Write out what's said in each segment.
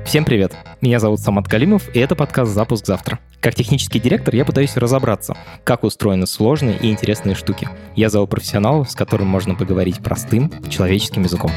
Всем привет! Меня зовут Самат Галимов, и это подкаст «Запуск завтра». Как технический директор я пытаюсь разобраться, как устроены сложные и интересные штуки. Я зову профессионалов, с которыми можно поговорить простым, человеческим языком.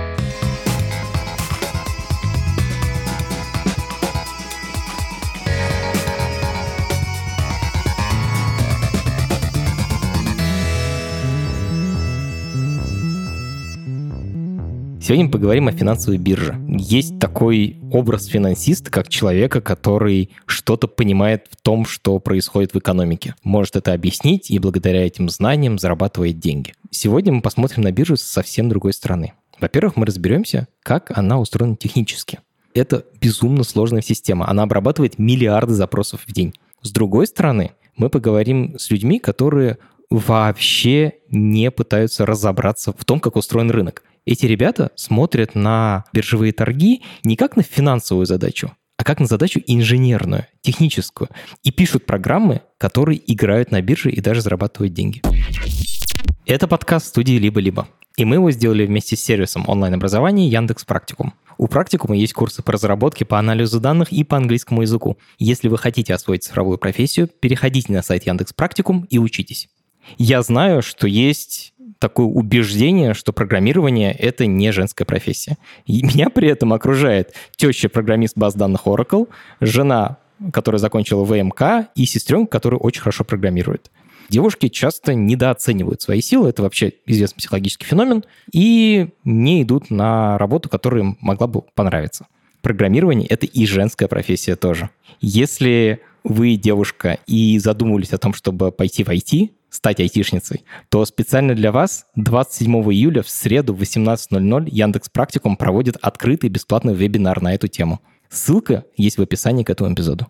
Сегодня мы поговорим о финансовой бирже. Есть такой образ финансиста, как человека, который что-то понимает в том, что происходит в экономике. Может это объяснить и благодаря этим знаниям зарабатывает деньги. Сегодня мы посмотрим на биржу с совсем другой стороны. Во-первых, мы разберемся, как она устроена технически. Это безумно сложная система. Она обрабатывает миллиарды запросов в день. С другой стороны, мы поговорим с людьми, которые вообще не пытаются разобраться в том, как устроен рынок. Эти ребята смотрят на биржевые торги не как на финансовую задачу, а как на задачу инженерную, техническую. И пишут программы, которые играют на бирже и даже зарабатывают деньги. Это подкаст студии «Либо-либо». И мы его сделали вместе с сервисом онлайн-образования Яндекс.Практикум. У Практикума есть курсы по разработке, по анализу данных и по английскому языку. Если вы хотите освоить цифровую профессию, переходите на сайт Яндекс.Практикум и учитесь. Я знаю, что есть такое убеждение, что программирование — это не женская профессия. И меня при этом окружает теща-программист баз данных Oracle, жена, которая закончила ВМК, и сестренка, которая очень хорошо программирует. Девушки часто недооценивают свои силы, это вообще известный психологический феномен, и не идут на работу, которая им могла бы понравиться. Программирование — это и женская профессия тоже. Если вы девушка и задумывались о том, чтобы пойти в IT, стать айтишницей, то специально для вас 27 июля в среду в 18:00 Яндекс.Практикум проводит открытый бесплатный вебинар на эту тему. Ссылка есть в описании к этому эпизоду.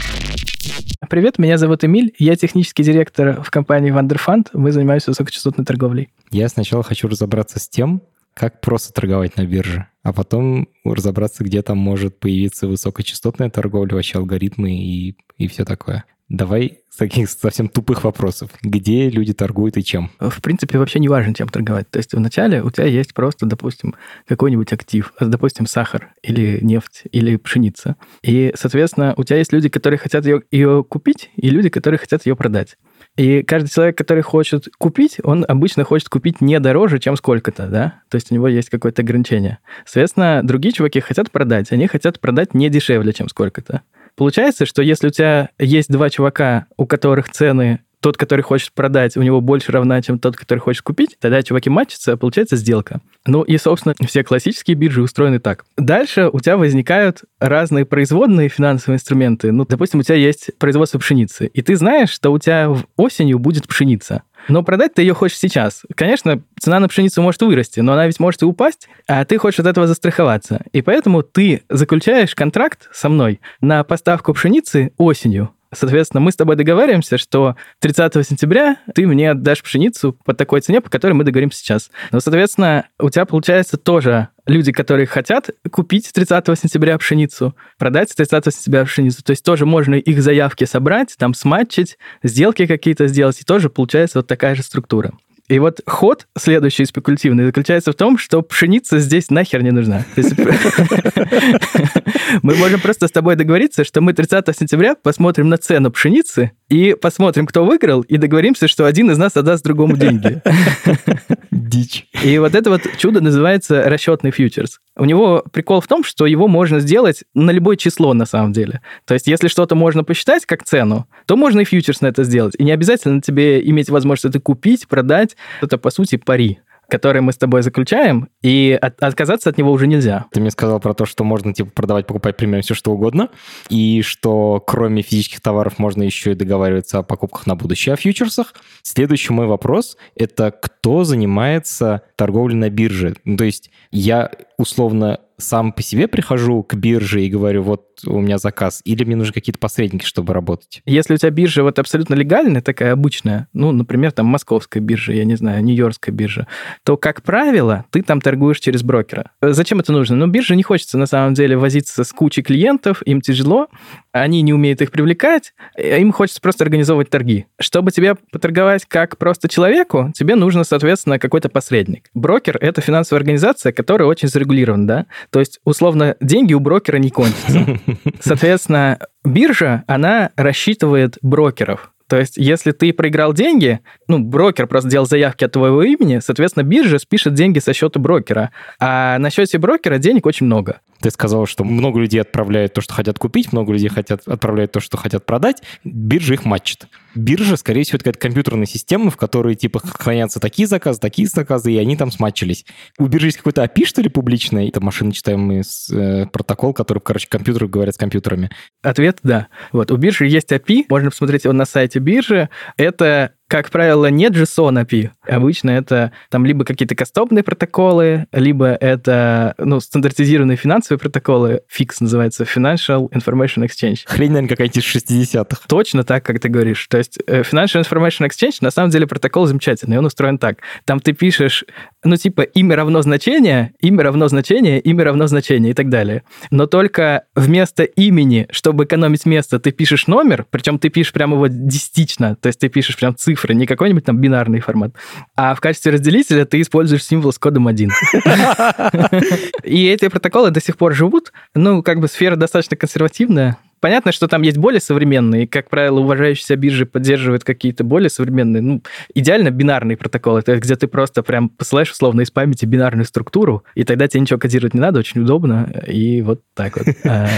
Привет, меня зовут Эмиль, я технический директор в компании Wonderfund, мы занимаемся высокочастотной торговлей. Я сначала хочу разобраться с тем, как просто торговать на бирже, а потом разобраться, где там может появиться высокочастотная торговля, вообще алгоритмы и все такое. Давай с таких совсем тупых вопросов. Где люди торгуют и чем? В принципе, вообще не важно, чем торговать. То есть вначале у тебя есть просто, допустим, какой-нибудь актив, допустим, сахар или нефть или пшеница. И, соответственно, у тебя есть люди, которые хотят ее купить, и люди, которые хотят ее продать. И каждый человек, который хочет купить, он обычно хочет купить не дороже, чем сколько-то, да? То есть у него есть какое-то ограничение. Соответственно, другие чуваки хотят продать, они хотят продать не дешевле, чем сколько-то. Получается, что если у тебя есть два чувака, у которых цены, тот, который хочет продать, у него больше равна, чем тот, который хочет купить, тогда чуваки матчатся, получается сделка. Ну и, собственно, все классические биржи устроены так. Дальше у тебя возникают разные производные финансовые инструменты. Ну, допустим, у тебя есть производство пшеницы, и ты знаешь, что у тебя осенью будет пшеница. Но продать ты ее хочешь сейчас. Конечно, цена на пшеницу может вырасти, но она ведь может и упасть, а ты хочешь от этого застраховаться. И поэтому ты заключаешь контракт со мной на поставку пшеницы осенью. Соответственно, мы с тобой договариваемся, что 30 сентября ты мне отдашь пшеницу по такой цене, по которой мы договоримся сейчас. Но, соответственно, у тебя получается тоже люди, которые хотят купить 30 сентября пшеницу, продать 30 сентября пшеницу. То есть тоже можно их заявки собрать, там сматчить, сделки какие-то сделать, и тоже получается вот такая же структура. И вот ход следующий спекулятивный заключается в том, что пшеница здесь нахер не нужна. Мы можем просто с тобой договориться, что мы 30 сентября посмотрим на цену пшеницы и посмотрим, кто выиграл, и договоримся, что один из нас отдаст другому деньги. Дичь. И вот это вот чудо называется расчетный фьючерс. У него прикол в том, что его можно сделать на любое число на самом деле. То есть если что-то можно посчитать как цену, то можно и фьючерс на это сделать. И не обязательно тебе иметь возможность это купить, продать. Это, по сути, пари, который мы с тобой заключаем, и отказаться от него уже нельзя. Ты мне сказал про то, что можно продавать, покупать примерно все, что угодно, и что кроме физических товаров можно еще и договариваться о покупках на будущее, о фьючерсах. Следующий мой вопрос — это кто занимается торговлей на бирже? Ну, то есть я условно сам по себе прихожу к бирже и говорю, вот у меня заказ, или мне нужны какие-то посредники, чтобы работать? Если у тебя биржа вот абсолютно легальная, такая обычная, ну, например, там московская биржа, я не знаю, нью-йоркская биржа, то, как правило, ты там торгуешь через брокера. Зачем это нужно? Ну, бирже не хочется, на самом деле, возиться с кучей клиентов, им тяжело, они не умеют их привлекать, им хочется просто организовывать торги. Чтобы тебе поторговать как просто человеку, тебе нужно, соответственно, какой-то посредник. Брокер — это финансовая организация, которая очень зарегулирована, да? То есть, условно, деньги у брокера не кончатся. Соответственно, биржа, она рассчитывает брокеров. То есть, если ты проиграл деньги, брокер просто делал заявки от твоего имени, соответственно, биржа спишет деньги со счета брокера. А на счете брокера денег очень много. Ты сказал, что много людей отправляют то, что хотят купить, много людей отправляют то, что хотят продать. Биржа их матчит. Биржа, скорее всего, это какая-то компьютерная система, в которой, хранятся такие заказы, и они там сматчились. У биржи есть какой-то API, что ли, публичный? Это машиночитаемый протокол, который, компьютеры говорят с компьютерами. Ответ – да. Вот, у биржи есть API, можно посмотреть его на сайте биржи. Это, как правило, не JSON API. Обычно это там либо какие-то кастомные протоколы, либо это стандартизированные финансовые протоколы. FIX называется, Financial Information Exchange. Хрень, наверное, какая-нибудь из 60-х. Точно так, как ты говоришь. То есть Financial Information Exchange, на самом деле, протокол замечательный. Он устроен так. Там ты пишешь, имя равно значение, имя равно значение, имя равно значение и так далее. Но только вместо имени, чтобы экономить место, ты пишешь номер, причем ты пишешь прямо его десятично, то есть ты пишешь прям цифры, не какой-нибудь там бинарный формат. А в качестве разделителя ты используешь символ с кодом 1. И эти протоколы до сих пор живут. Сфера достаточно консервативная. Понятно, что там есть более современные, как правило, уважающиеся биржи поддерживают какие-то более современные, идеально бинарные протоколы, то есть где ты просто прям посылаешь условно из памяти бинарную структуру, и тогда тебе ничего кодировать не надо, очень удобно, и вот так вот.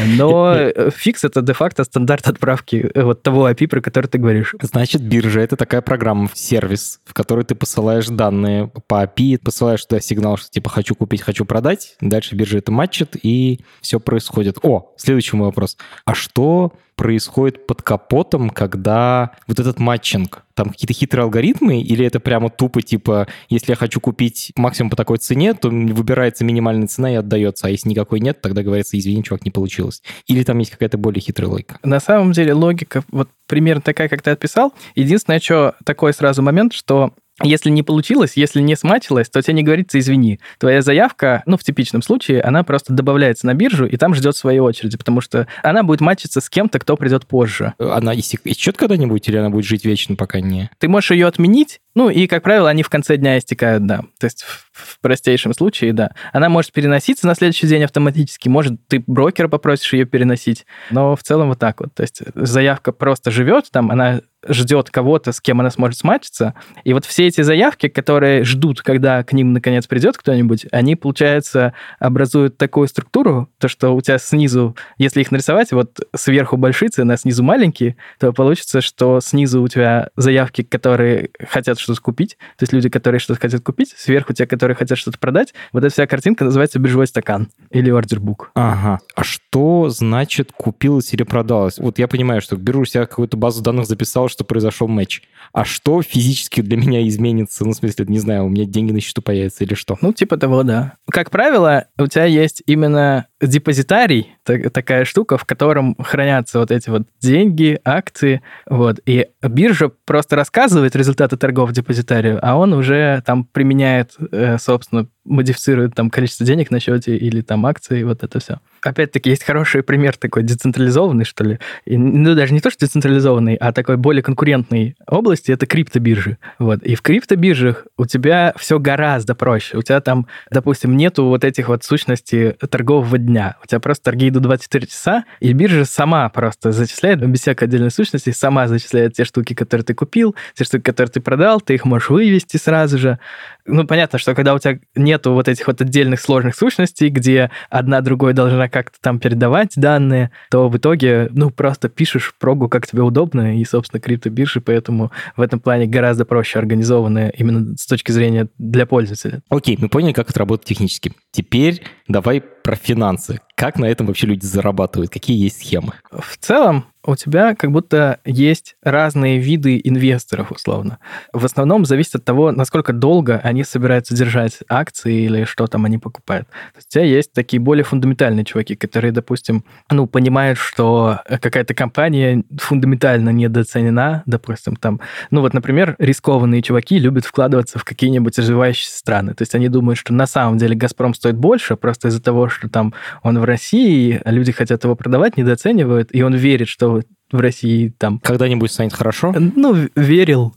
Но FIX — это де-факто стандарт отправки вот того API, про который ты говоришь. Значит, биржа — это такая программа, сервис, в который ты посылаешь данные по API, посылаешь туда сигнал, что хочу купить, хочу продать, дальше биржа это матчит, и все происходит. Следующий мой вопрос. А что происходит под капотом, когда вот этот матчинг? Там какие-то хитрые алгоритмы, или это прямо тупо, если я хочу купить максимум по такой цене, то выбирается минимальная цена и отдается, а если никакой нет, тогда говорится, извини, чувак, не получилось. Или там есть какая-то более хитрая логика? На самом деле логика вот примерно такая, как ты описал. Единственное, что такой сразу момент, что если не получилось, если не сматчилось, то тебе не говорится «извини». Твоя заявка, в типичном случае, она просто добавляется на биржу, и там ждет своей очереди, потому что она будет матчиться с кем-то, кто придет позже. Она истечет когда-нибудь, или она будет жить вечно, пока не... Ты можешь ее отменить, и, как правило, они в конце дня истекают, да. То есть в простейшем случае, да. Она может переноситься на следующий день автоматически, может, ты брокера попросишь ее переносить, но в целом вот так вот. То есть заявка просто живет, там она ждет кого-то, с кем она сможет сматчиться, и вот все эти заявки, которые ждут, когда к ним наконец придет кто-нибудь, они, получается, образуют такую структуру, то, что у тебя снизу, если их нарисовать, вот сверху большие цены, а снизу маленькие, то получится, что снизу у тебя заявки, которые хотят что-то купить, то есть люди, которые что-то хотят купить, сверху те, которые хотят что-то продать. Вот эта вся картинка называется биржевой стакан или ордербук. Ага. А что значит купилось или продалось? Вот я понимаю, что биржа у себя какую-то базу данных записала, что произошел матч. А что физически для меня изменится? В смысле, не знаю, у меня деньги на счету появятся или что? Типа того, да. Как правило, у тебя есть именно депозитарий, такая штука, в котором хранятся вот эти вот деньги, акции, вот. И биржа просто рассказывает результаты торгов депозитарию, а он уже там применяет, собственно, модифицирует там количество денег на счете или там акции, вот это все. Опять-таки, есть хороший пример такой децентрализованный, что ли. Даже не то, что децентрализованный, а такой более конкурентной области, это криптобиржи. Вот. И в криптобиржах у тебя все гораздо проще. У тебя там, допустим, нету вот этих вот сущностей торгового дня. У тебя просто торги идут 24 часа, и биржа сама просто зачисляет, без всякой отдельной сущности, сама зачисляет те штуки, которые ты купил, те штуки, которые ты продал, ты их можешь вывести сразу же. Понятно, что когда у тебя нету вот этих вот отдельных сложных сущностей, где одна другой должна как-то там передавать данные, то в итоге, просто пишешь прогу, как тебе удобно, и, собственно, криптобиржи, поэтому в этом плане гораздо проще организованные именно с точки зрения для пользователя. Окей, мы поняли, как это работает технически. Теперь давай про финансы. Как на этом вообще люди зарабатывают? Какие есть схемы? В целом, у тебя как будто есть разные виды инвесторов, условно. В основном зависит от того, насколько долго они собираются держать акции или что там они покупают. То есть у тебя есть такие более фундаментальные чуваки, которые, допустим, понимают, что какая-то компания фундаментально недооценена, допустим, там, например, рискованные чуваки любят вкладываться в какие-нибудь развивающиеся страны. То есть они думают, что на самом деле «Газпром» стоит больше, просто из-за того, что там он в России, а люди хотят его продавать, недооценивают, и он верит, что в России там... Когда-нибудь станет хорошо? Верил.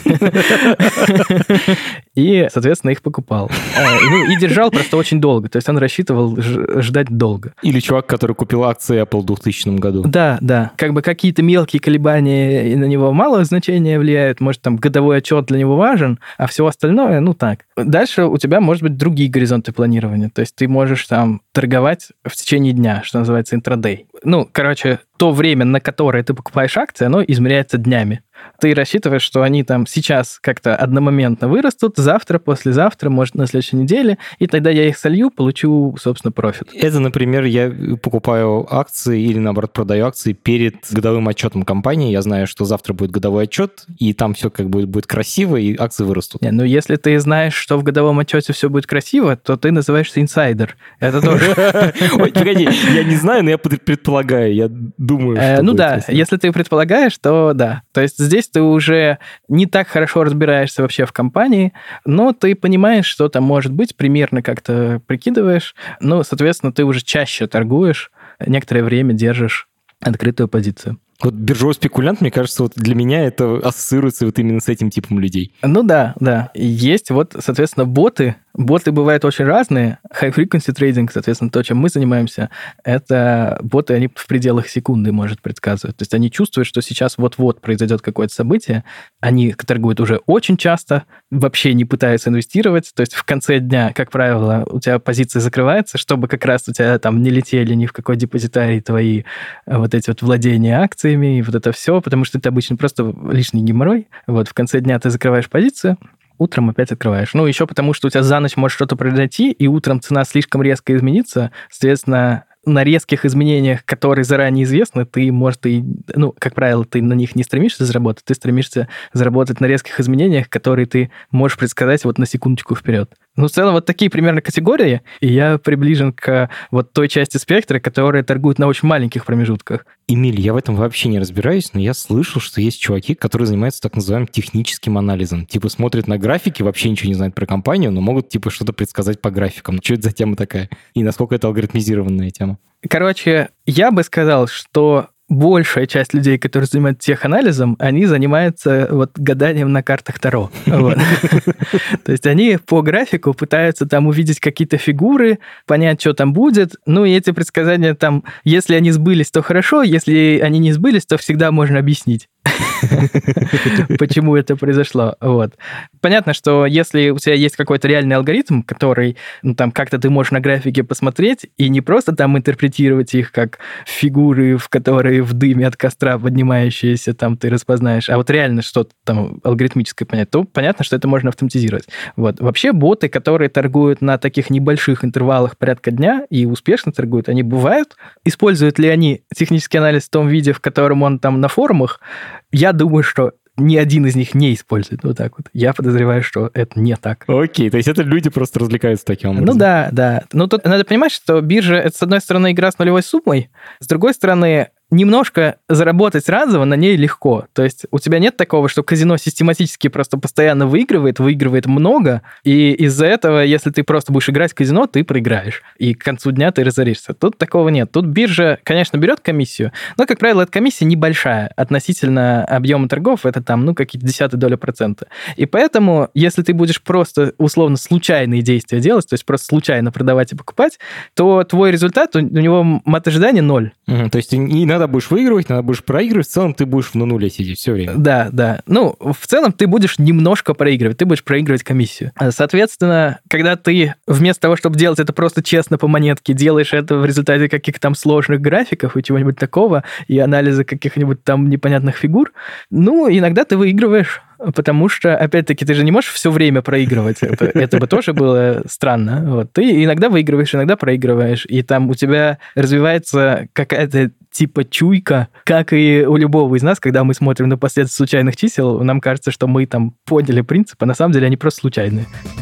И, соответственно, их покупал. И держал просто очень долго. То есть он рассчитывал ждать долго. Или чувак, который купил акции Apple в 2000 году. Да. Как бы какие-то мелкие колебания на него мало значения влияют. Может, там годовой отчет для него важен, а все остальное, так. Дальше у тебя, может быть, другие горизонты планирования. То есть ты можешь там торговать в течение дня, что называется интрадей. То время, на которое ты покупаешь акции, оно измеряется днями. Ты рассчитываешь, что они там сейчас как-то одномоментно вырастут, завтра, послезавтра, может, на следующей неделе, и тогда я их солью, получу, собственно, профит. Это, например, я покупаю акции или, наоборот, продаю акции перед годовым отчетом компании. Я знаю, что завтра будет годовой отчет, и там все как бы будет красиво, и акции вырастут. Если ты знаешь, что в годовом отчете все будет красиво, то ты называешься инсайдер. Это тоже... Ой, погоди, я не знаю, но я предполагаю, я думаю, что если ты предполагаешь, то да. То есть здесь ты уже не так хорошо разбираешься вообще в компании, но ты понимаешь, что там может быть, примерно как-то прикидываешь, соответственно, ты уже чаще торгуешь, некоторое время держишь открытую позицию. Вот биржевой спекулянт, мне кажется, для меня это ассоциируется именно с этим типом людей. Да. Есть соответственно, боты. Боты бывают очень разные. High-frequency trading, соответственно, то, чем мы занимаемся, это боты, они в пределах секунды, может, предсказывать. То есть они чувствуют, что сейчас вот-вот произойдет какое-то событие. Они торгуют уже очень часто, вообще не пытаются инвестировать. То есть в конце дня, как правило, у тебя позиция закрывается, чтобы как раз у тебя там не летели ни в какой депозитарий твои эти владения акциями и это все, потому что это обычно просто лишний геморрой. В конце дня ты закрываешь позицию, утром опять открываешь. Еще потому, что у тебя за ночь может что-то произойти, и утром цена слишком резко изменится. Соответственно, на резких изменениях, которые заранее известны, ты, может, как правило, ты на них не стремишься заработать, ты стремишься заработать на резких изменениях, которые ты можешь предсказать на секундочку вперед. В целом, такие примерно категории, и я приближен к той части спектра, которая торгует на очень маленьких промежутках. Эмиль, я в этом вообще не разбираюсь, но я слышал, что есть чуваки, которые занимаются так называемым техническим анализом. Смотрят на графики, вообще ничего не знают про компанию, но могут, что-то предсказать по графикам. Что это за тема такая? И насколько это алгоритмизированная тема? Я бы сказал, что большая часть людей, которые занимаются теханализом, они занимаются гаданием на картах Таро. То есть они по графику пытаются там увидеть какие-то фигуры, понять, что там будет. И эти предсказания там, если они сбылись, то хорошо, если они не сбылись, то всегда можно объяснить, почему это произошло. Понятно, что если у тебя есть какой-то реальный алгоритм, который, как-то ты можешь на графике посмотреть и не просто там интерпретировать их как фигуры, в которые в дыме от костра поднимающиеся там ты распознаешь, а реально что-то там алгоритмическое понять, то понятно, что это можно автоматизировать. Вообще боты, которые торгуют на таких небольших интервалах порядка дня и успешно торгуют, они бывают. Используют ли они технический анализ в том виде, в котором он там на форумах? Я думаю, что ни один из них не использует Я подозреваю, что это не так. Окей, то есть это люди просто развлекаются таким образом. Да. Тут надо понимать, что биржа — это, с одной стороны, игра с нулевой суммой, с другой стороны, немножко заработать разово на ней легко. То есть у тебя нет такого, что казино систематически просто постоянно выигрывает много, и из-за этого, если ты просто будешь играть в казино, ты проиграешь, и к концу дня ты разоришься. Тут такого нет. Тут биржа, конечно, берет комиссию, но, как правило, эта комиссия небольшая. Относительно объема торгов это там, какие-то 0,1%. И поэтому, если ты будешь просто, условно, случайные действия делать, то есть просто случайно продавать и покупать, то твой результат, у него мат ожидания 0. То есть и надо будешь выигрывать, надо будешь проигрывать, в целом ты будешь на нуле сидеть все время. Да. В целом ты будешь немножко проигрывать, ты будешь проигрывать комиссию. Соответственно, когда ты вместо того, чтобы делать это просто честно по монетке, делаешь это в результате каких-то там сложных графиков и чего-нибудь такого, и анализа каких-нибудь там непонятных фигур, иногда ты выигрываешь. Потому что, опять-таки, ты же не можешь все время проигрывать. Это бы тоже было странно. Ты иногда выигрываешь, иногда проигрываешь, и там у тебя развивается какая-то типа чуйка, как и у любого из нас, когда мы смотрим на последствия случайных чисел, нам кажется, что мы там поняли принцип, а на самом деле они просто случайные.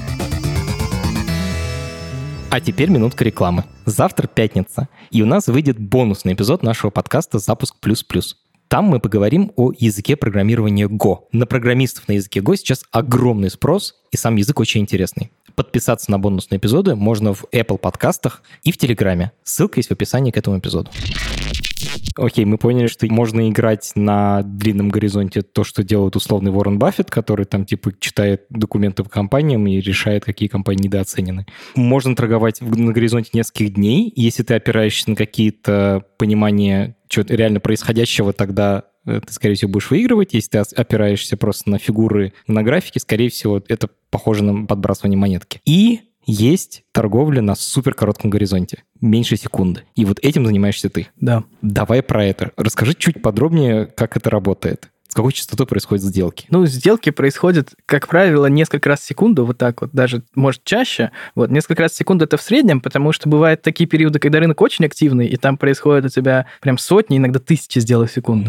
А теперь минутка рекламы. Завтра пятница, и у нас выйдет бонусный эпизод нашего подкаста «Запуск плюс-плюс». Там мы поговорим о языке программирования Go. На программистов на языке Go сейчас огромный спрос, и сам язык очень интересный. Подписаться на бонусные эпизоды можно в Apple подкастах и в Телеграме. Ссылка есть в описании к этому эпизоду. Окей, мы поняли, что можно играть на длинном горизонте то, что делает условный Уоррен Баффет, который там типа читает документы по компаниям и решает, какие компании недооценены. Можно торговать на горизонте нескольких дней. Если ты опираешься на какие-то понимания чего-то реально происходящего, тогда ты, скорее всего, будешь выигрывать. Если ты опираешься просто на фигуры на графике, скорее всего, это похоже на подбрасывание монетки. И есть торговля на суперкоротком горизонте, меньше секунды. И вот этим занимаешься ты. Да. Давай про это. Расскажи чуть подробнее, как это работает. С какой частотой происходят сделки? Ну, сделки происходят, как правило, несколько раз в секунду, вот так вот, даже, может, чаще. Вот, несколько раз в секунду это в среднем, потому что бывают такие периоды, когда рынок очень активный, и там происходит у тебя прям сотни, иногда тысячи сделок в секунду.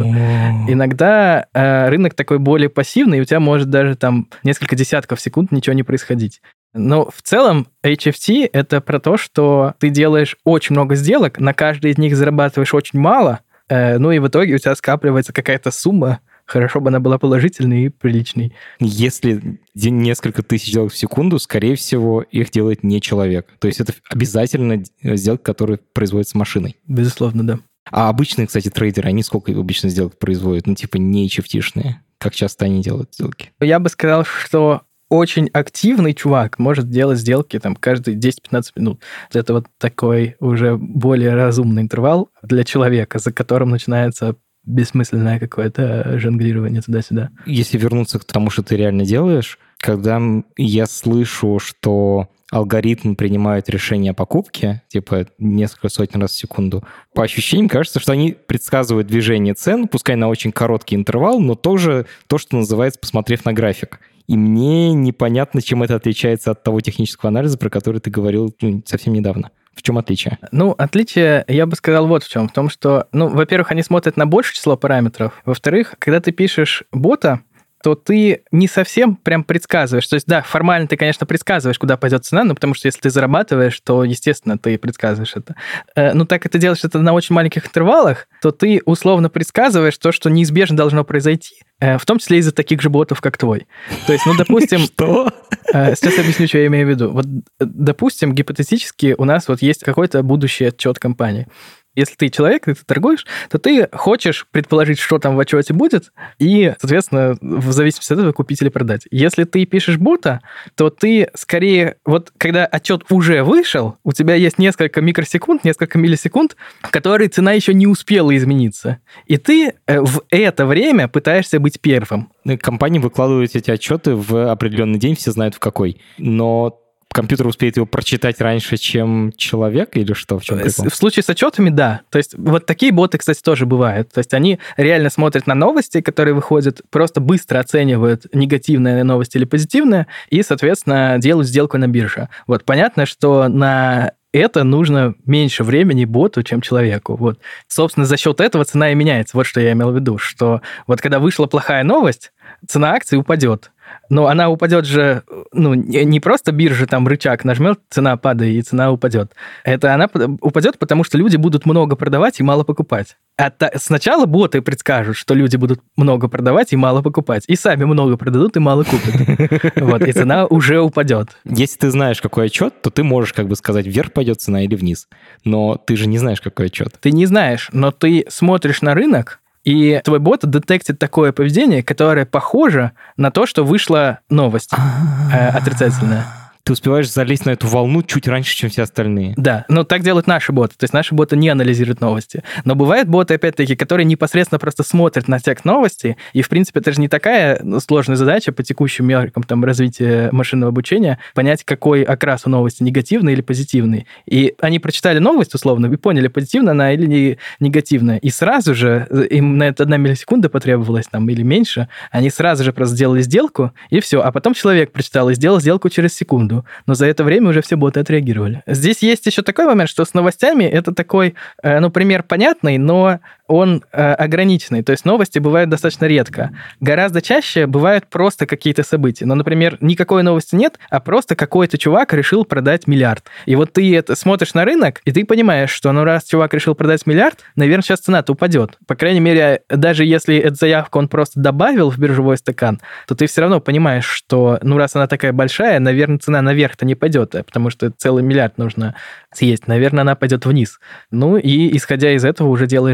Иногда рынок такой более пассивный, и у тебя может даже там несколько десятков секунд ничего не происходить. Но в целом HFT — это про то, что ты делаешь очень много сделок, на каждой из них зарабатываешь очень мало, ну и в итоге у тебя скапливается какая-то сумма. Хорошо бы она была положительной и приличной. Если несколько тысяч сделок в секунду, скорее всего, их делает не человек. То есть это обязательно сделка, которая производится машиной. Безусловно, да. А обычные, кстати, трейдеры, они сколько обычно сделок производят? Ну, типа не HFT-шные. Как часто они делают сделки? Я бы сказал, что очень активный чувак может делать сделки там каждые 10-15 минут. Это вот такой уже более разумный интервал для человека, за которым начинается бессмысленное какое-то жонглирование туда-сюда. Если вернуться к тому, что ты реально делаешь, когда я слышу, что алгоритм принимает решение о покупке, типа несколько сотен раз в секунду, по ощущениям кажется, что они предсказывают движение цен, пускай на очень короткий интервал, но тоже то, что называется, посмотрев на график. И мне непонятно, чем это отличается от того технического анализа, про который ты говорил совсем недавно. В чем отличие? Ну, отличие, я бы сказал, вот в чем. В том, что, ну, во-первых, они смотрят на большее число параметров. Во-вторых, когда ты пишешь бота, то ты не совсем прям предсказываешь. То есть, да, формально ты, конечно, предсказываешь, куда пойдет цена, но потому что если ты зарабатываешь, то, естественно, ты предсказываешь это. Но так как ты делаешь это на очень маленьких интервалах, то ты условно предсказываешь то, что неизбежно должно произойти, в том числе из-за таких же ботов, как твой. То есть, ну, допустим... Что? Сейчас объясню, что я имею в виду. Вот, допустим, гипотетически у нас вот есть какой-то будущий отчет компании. Если ты человек, и ты торгуешь, то ты хочешь предположить, что там в отчете будет, и, соответственно, в зависимости от этого купить или продать. Если ты пишешь бота, то ты скорее, вот когда отчет уже вышел, у тебя есть несколько микросекунд, несколько миллисекунд, в которые цена еще не успела измениться. И ты в это время пытаешься быть первым. Компании выкладывают эти отчеты в определенный день, все знают в какой. Но компьютер успеет его прочитать раньше, чем человек, или что? В чем прикол? В случае с отчетами, да. То есть вот такие боты, кстати, тоже бывают. То есть они реально смотрят на новости, которые выходят, просто быстро оценивают негативные новости или позитивные, и, соответственно, делают сделку на бирже. Вот понятно, что на это нужно меньше времени боту, чем человеку. Вот. Собственно, за счет этого цена и меняется. Вот что я имел в виду, что вот когда вышла плохая новость, цена акции упадет. Но она упадет же, ну, не просто биржа там рычаг нажмет, цена падает, и цена упадет. Это она упадет, потому что люди будут много продавать и мало покупать. Сначала боты предскажут, что люди будут много продавать и мало покупать. И сами много продадут и мало купят. Вот, и цена уже упадет. Если ты знаешь, какой отчет, то ты можешь как бы сказать, вверх пойдет цена или вниз. Но ты же не знаешь, какой отчет. Ты не знаешь, но ты смотришь на рынок, и твой бот детектит такое поведение, которое похоже на то, что вышла новость отрицательная. Ты успеваешь залезть на эту волну чуть раньше, чем все остальные. Да, но так делают наши боты. То есть наши боты не анализируют новости. Но бывают боты, опять-таки, которые непосредственно просто смотрят на текст новости, и, в принципе, это же не такая сложная задача по текущим меркам там, развития машинного обучения понять, какой окрас у новости, негативный или позитивный. И они прочитали новость, условно, и поняли, позитивная она или негативная. И сразу же, им на это 1 миллисекунда потребовалась там, или меньше, они сразу же просто сделали сделку, и все. А потом человек прочитал и сделал сделку через секунду. Но за это время уже все боты отреагировали. Здесь есть еще такой момент, что с новостями это такой, ну, пример понятный, но он ограниченный. То есть новости бывают достаточно редко. Гораздо чаще бывают просто какие-то события. Ну, например, никакой новости нет, а просто какой-то чувак решил продать $1 миллиард. И вот ты это смотришь на рынок, и ты понимаешь, что ну раз чувак решил продать $1 миллиард, наверное, сейчас цена-то упадет. По крайней мере, даже если эту заявку он просто добавил в биржевой стакан, то ты все равно понимаешь, что ну раз она такая большая, наверное, цена наверх-то не пойдет, потому что целый $1 миллиард нужно съесть. Наверное, она пойдет вниз. Ну и исходя из этого уже делаешь сделки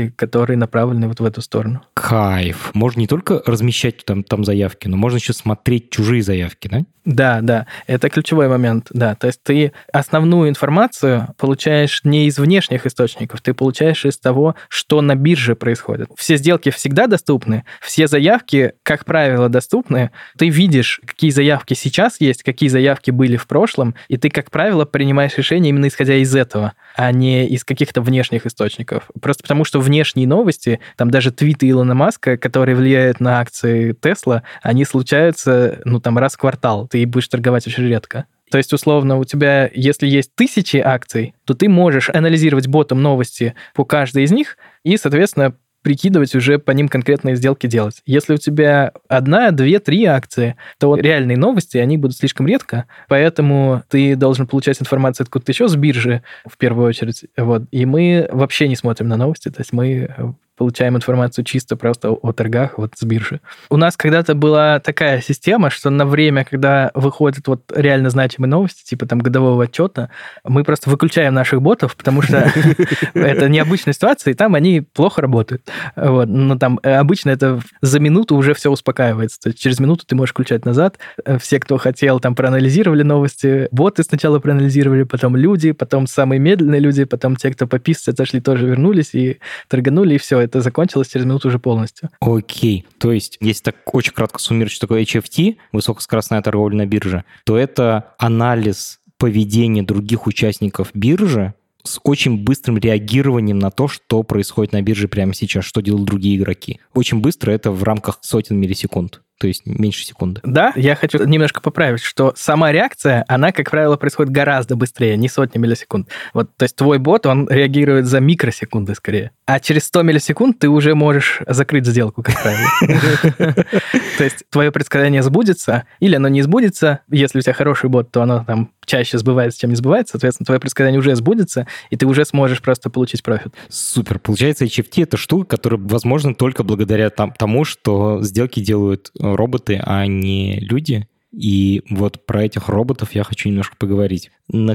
заявки, которые направлены вот в эту сторону. Кайф. Можно не только размещать там заявки, но можно еще смотреть чужие заявки, да? Да, это ключевой момент, да. То есть ты основную информацию получаешь не из внешних источников, ты получаешь из того, что на бирже происходит. Все сделки всегда доступны, все заявки, как правило, доступны. Ты видишь, какие заявки сейчас есть, какие заявки были в прошлом, и ты, как правило, принимаешь решение именно исходя из этого, а не из каких-то внешних источников. Просто потому, что внешние новости, там даже твиты Илона Маска, которые влияют на акции Tesla, они случаются, раз в квартал. Ты будешь торговать очень редко. То есть, условно, у тебя, если есть 1000 акций, то ты можешь анализировать ботом новости по каждой из них и, соответственно, прикидывать уже по ним конкретные сделки делать. Если у тебя 1, 2, 3 акции, то реальные новости, они будут слишком редко, поэтому ты должен получать информацию откуда-то еще с биржи, в первую очередь. Вот. И мы вообще не смотрим на новости, то есть мы получаем информацию чисто просто о торгах вот с биржи. У нас когда-то была такая система, что на время, когда выходят вот реально значимые новости, типа там годового отчета, мы просто выключаем наших ботов, потому что это необычная ситуация, и там они плохо работают. Вот. Но там обычно это за минуту уже все успокаивается. То есть через минуту ты можешь включать назад. Все, кто хотел, там проанализировали новости. Боты сначала проанализировали, потом люди, потом самые медленные люди, потом те, кто пописать отошли, тоже вернулись и торганули, и все. Это закончилось через минуту уже полностью. Окей. То есть, если так очень кратко суммировать, что такое HFT, высокоскоростная торговля на бирже, то это анализ поведения других участников биржи с очень быстрым реагированием на то, что происходит на бирже прямо сейчас, что делают другие игроки. Очень быстро, это в рамках сотен миллисекунд. То есть меньше секунды. Да, я хочу немножко поправить, что сама реакция, она, как правило, происходит гораздо быстрее, не сотни миллисекунд. Вот, то есть твой бот, он реагирует за микросекунды скорее. А через 100 миллисекунд ты уже можешь закрыть сделку, как правило. То есть твое предсказание сбудется, или оно не сбудется. Если у тебя хороший бот, то оно там чаще сбывается, чем не сбывается. Соответственно, твое предсказание уже сбудется, и ты уже сможешь просто получить профит. Супер. Получается, HFT — это штука, которая возможна только благодаря тому, что сделки делают роботы, а не люди. И вот про этих роботов я хочу немножко поговорить. На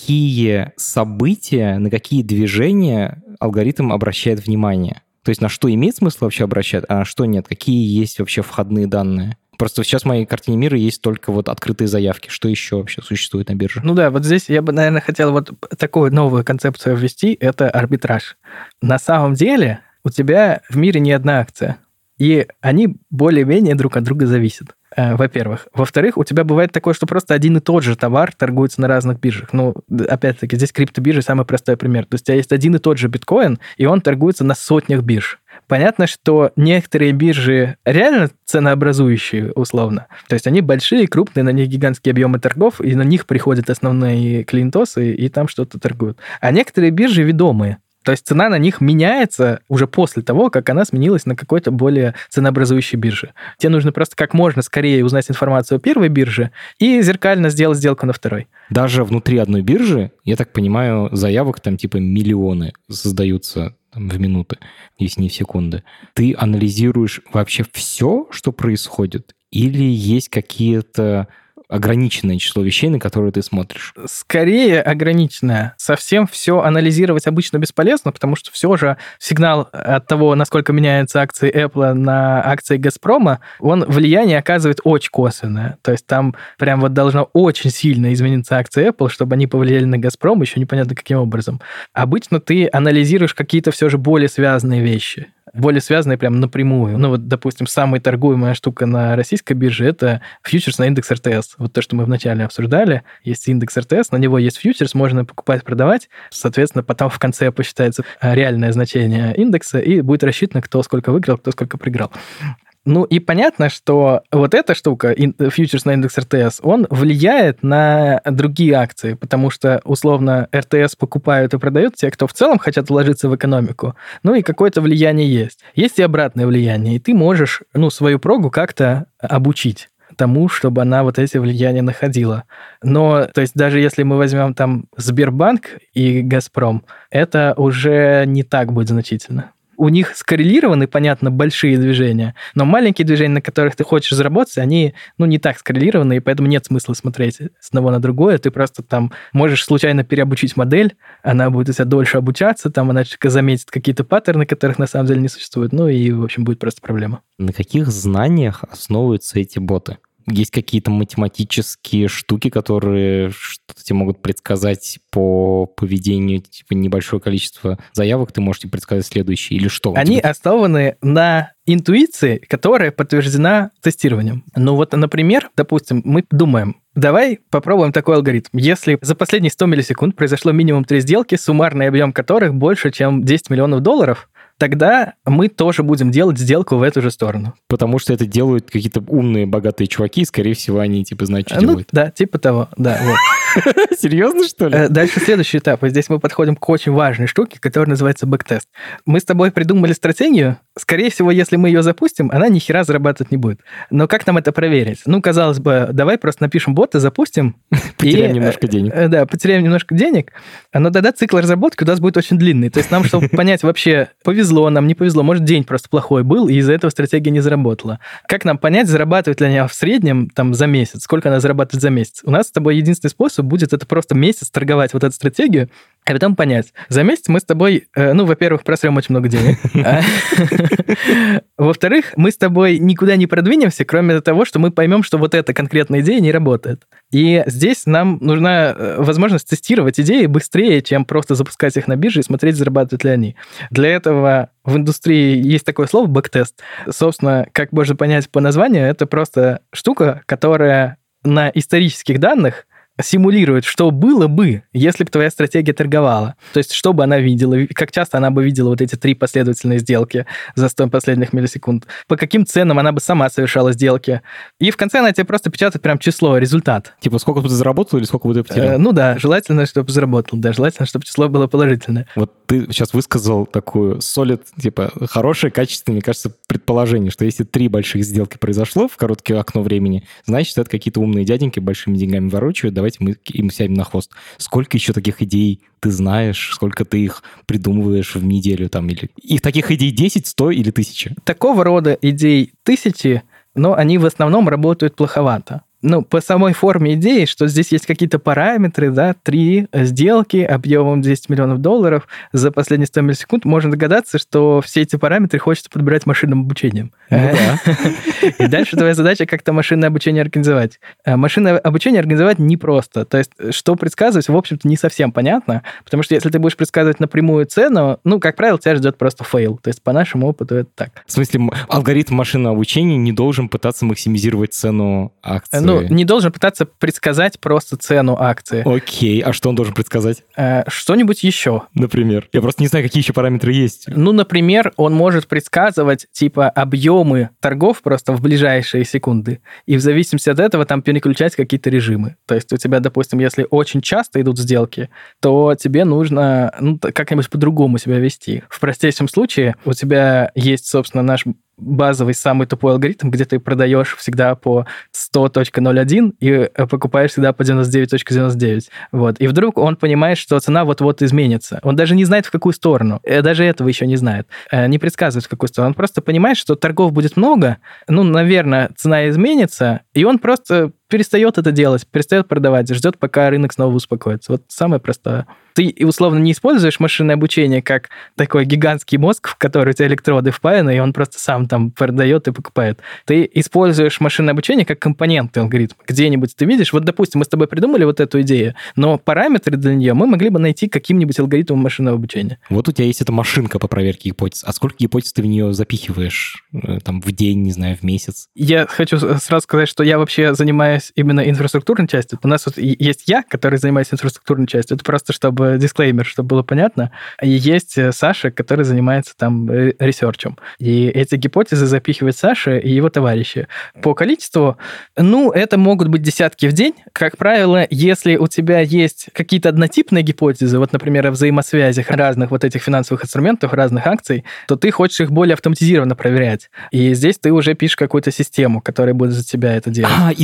какие события, на какие движения алгоритм обращает внимание? То есть на что имеет смысл вообще обращать, а на что нет? Какие есть вообще входные данные? Просто сейчас в моей картине мира есть только вот открытые заявки. Что еще вообще существует на бирже? Ну да, вот здесь я бы, наверное, хотел вот такую новую концепцию ввести. Это арбитраж. На самом деле у тебя в мире не одна акция. И они более-менее друг от друга зависят, во-первых. Во-вторых, у тебя бывает такое, что просто один и тот же товар торгуется на разных биржах. Ну, опять-таки, здесь криптобиржа самый простой пример. То есть у тебя есть один и тот же биткоин, и он торгуется на сотнях бирж. Понятно, что некоторые биржи реально ценообразующие, условно. То есть они большие, крупные, на них гигантские объемы торгов, и на них приходят основные клиентосы, и там что-то торгуют. А некоторые биржи ведомые. То есть цена на них меняется уже после того, как она сменилась на какой-то более ценообразующей бирже. Тебе нужно просто как можно скорее узнать информацию о первой бирже и зеркально сделать сделку на второй. Даже внутри одной биржи, я так понимаю, заявок там типа миллионы создаются в минуты, если не в секунды. Ты анализируешь вообще все, что происходит, или есть какие-то ограниченное число вещей, на которые ты смотришь? Скорее ограниченное. Совсем все анализировать обычно бесполезно, потому что все же сигнал от того, насколько меняются акции Apple на акции Газпрома, он влияние оказывает очень косвенное. То есть там прям вот должно очень сильно измениться акции Apple, чтобы они повлияли на Газпром, еще непонятно каким образом. Обычно ты анализируешь какие-то все же более связанные вещи. Более связанные прям напрямую. Ну вот, допустим, самая торгуемая штука на российской бирже – это фьючерс на индекс РТС. Вот то, что мы вначале обсуждали. Есть индекс РТС, на него есть фьючерс, можно покупать, продавать. Соответственно, потом в конце посчитается реальное значение индекса, и будет рассчитано, кто сколько выиграл, кто сколько проиграл. Ну и понятно, что вот эта штука, фьючерс на индекс РТС, он влияет на другие акции, потому что, условно, РТС покупают и продают те, кто в целом хотят вложиться в экономику, ну и какое-то влияние есть. Есть и обратное влияние, и ты можешь, свою прогу как-то обучить тому, чтобы она вот эти влияния находила. Но, то есть, даже если мы возьмем там Сбербанк и Газпром, это уже не так будет значительно. у них скоррелированы, понятно, большие движения, но маленькие движения, на которых ты хочешь заработать, они, не так скоррелированы, и поэтому нет смысла смотреть с одного на другое. Ты просто там можешь случайно переобучить модель, она будет у тебя дольше обучаться, там она заметит какие-то паттерны, которых на самом деле не существует, и, в общем, будет просто проблема. На каких знаниях основываются эти боты? Есть какие-то математические штуки, которые что-то тебе могут предсказать по поведению, типа небольшое количество заявок, ты можете предсказать следующие, или что? Они основаны на интуиции, которая подтверждена тестированием. Например, допустим, мы думаем, давай попробуем такой алгоритм. Если за последние 100 миллисекунд произошло минимум 3 сделки, суммарный объем которых больше, чем $10 миллионов, тогда мы тоже будем делать сделку в эту же сторону. Потому что это делают какие-то умные, богатые чуваки, и, скорее всего, они знают, что делают. Да, типа того, да. Вот. Серьезно, что ли? Дальше следующий этап. И здесь мы подходим к очень важной штуке, которая называется бэктест. Мы с тобой придумали стратегию. Скорее всего, если мы ее запустим, она ни хера зарабатывать не будет. Но как нам это проверить? Казалось бы, давай просто напишем бота, запустим. Потеряем немножко денег. Да, потеряем немножко денег, но тогда цикл разработки у нас будет очень длинный. То есть нам, чтобы понять вообще, повезло нам, не повезло, может, день просто плохой был, и из-за этого стратегия не заработала. Как нам понять, зарабатывает ли она в среднем за месяц? Сколько она зарабатывает за месяц? У нас с тобой единственный способ будет это просто месяц торговать вот эту стратегию, а потом понять. За месяц мы с тобой, во-первых, просрем очень много денег. Во-вторых, мы с тобой никуда не продвинемся, кроме того, что мы поймем, что вот эта конкретная идея не работает. И здесь нам нужна возможность тестировать идеи быстрее, чем просто запускать их на бирже и смотреть, зарабатывают ли они. Для этого в индустрии есть такое слово бэктест. Собственно, как можно понять по названию, это просто штука, которая на исторических данных симулирует, что было бы, если бы твоя стратегия торговала. То есть, что бы она видела, как часто она бы видела вот эти 3 последовательные сделки за 100 последних миллисекунд, по каким ценам она бы сама совершала сделки. И в конце она тебе просто печатает прям число, результат. Типа, сколько бы ты заработал или сколько бы ты потерял? Да, желательно, чтобы заработал, да, желательно, чтобы число было положительное. Вот ты сейчас высказал такую solid, хорошее, качественное, мне кажется, предположение, что если 3 больших сделки произошло в короткое окно времени, значит, это какие-то умные дяденьки большими деньгами ворочают, давайте мы им сядем на хвост. Сколько еще таких идей ты знаешь, сколько ты их придумываешь в неделю или... Их таких идей 10, 100 или 1000? Такого рода идей 1000, но они в основном работают плоховато. По самой форме идеи, что здесь есть какие-то параметры, 3 сделки объемом $10 миллионов за последние 100 миллисекунд, можно догадаться, что все эти параметры хочется подбирать машинным обучением. И дальше твоя задача как-то машинное обучение организовать. Машинное обучение организовать непросто. То есть, что предсказывать, в общем-то, не совсем понятно, потому что если ты будешь предсказывать напрямую цену, как правило, тебя ждет просто фейл. То есть, по нашему опыту это так. В смысле, алгоритм машинного обучения не должен пытаться максимизировать цену акции? Не должен пытаться предсказать просто цену акции. Окей, а что он должен предсказать? Что-нибудь еще. Например? Я просто не знаю, какие еще параметры есть. Например, он может предсказывать, объемы торгов просто в ближайшие секунды. И в зависимости от этого там переключать какие-то режимы. То есть у тебя, допустим, если очень часто идут сделки, то тебе нужно как-нибудь по-другому себя вести. В простейшем случае у тебя есть, собственно, наш базовый, самый тупой алгоритм, где ты продаешь всегда по 100.01 и покупаешь всегда по 99.99. Вот. И вдруг он понимает, что цена вот-вот изменится. Он даже не знает, в какую сторону. Даже этого еще не знает. Не предсказывает, в какую сторону. Он просто понимает, что торгов будет много, наверное, цена изменится, и он просто перестает это делать, перестает продавать, ждет, пока рынок снова успокоится. Вот самое простое. Ты, условно, не используешь машинное обучение как такой гигантский мозг, в который у тебя электроды впаяны, и он просто сам там продает и покупает. Ты используешь машинное обучение как компоненты алгоритма. Где-нибудь ты видишь, допустим, мы с тобой придумали вот эту идею, но параметры для нее мы могли бы найти каким-нибудь алгоритмом машинного обучения. Вот у тебя есть эта машинка по проверке гипотез. А сколько гипотез ты в нее запихиваешь в день, не знаю, в месяц? Я хочу сразу сказать, что я вообще занимаюсь именно инфраструктурной частью. У нас есть я, который занимается инфраструктурной частью. Это просто чтобы дисклеймер, чтобы было понятно. И есть Саша, который занимается ресерчем. И эти гипотезы запихивает Саша и его товарищи. По количеству, это могут быть десятки в день. Как правило, если у тебя есть какие-то однотипные гипотезы, например, о взаимосвязях разных этих финансовых инструментов, разных акций, то ты хочешь их более автоматизированно проверять. И здесь ты уже пишешь какую-то систему, которая будет за тебя это делать. Искать эти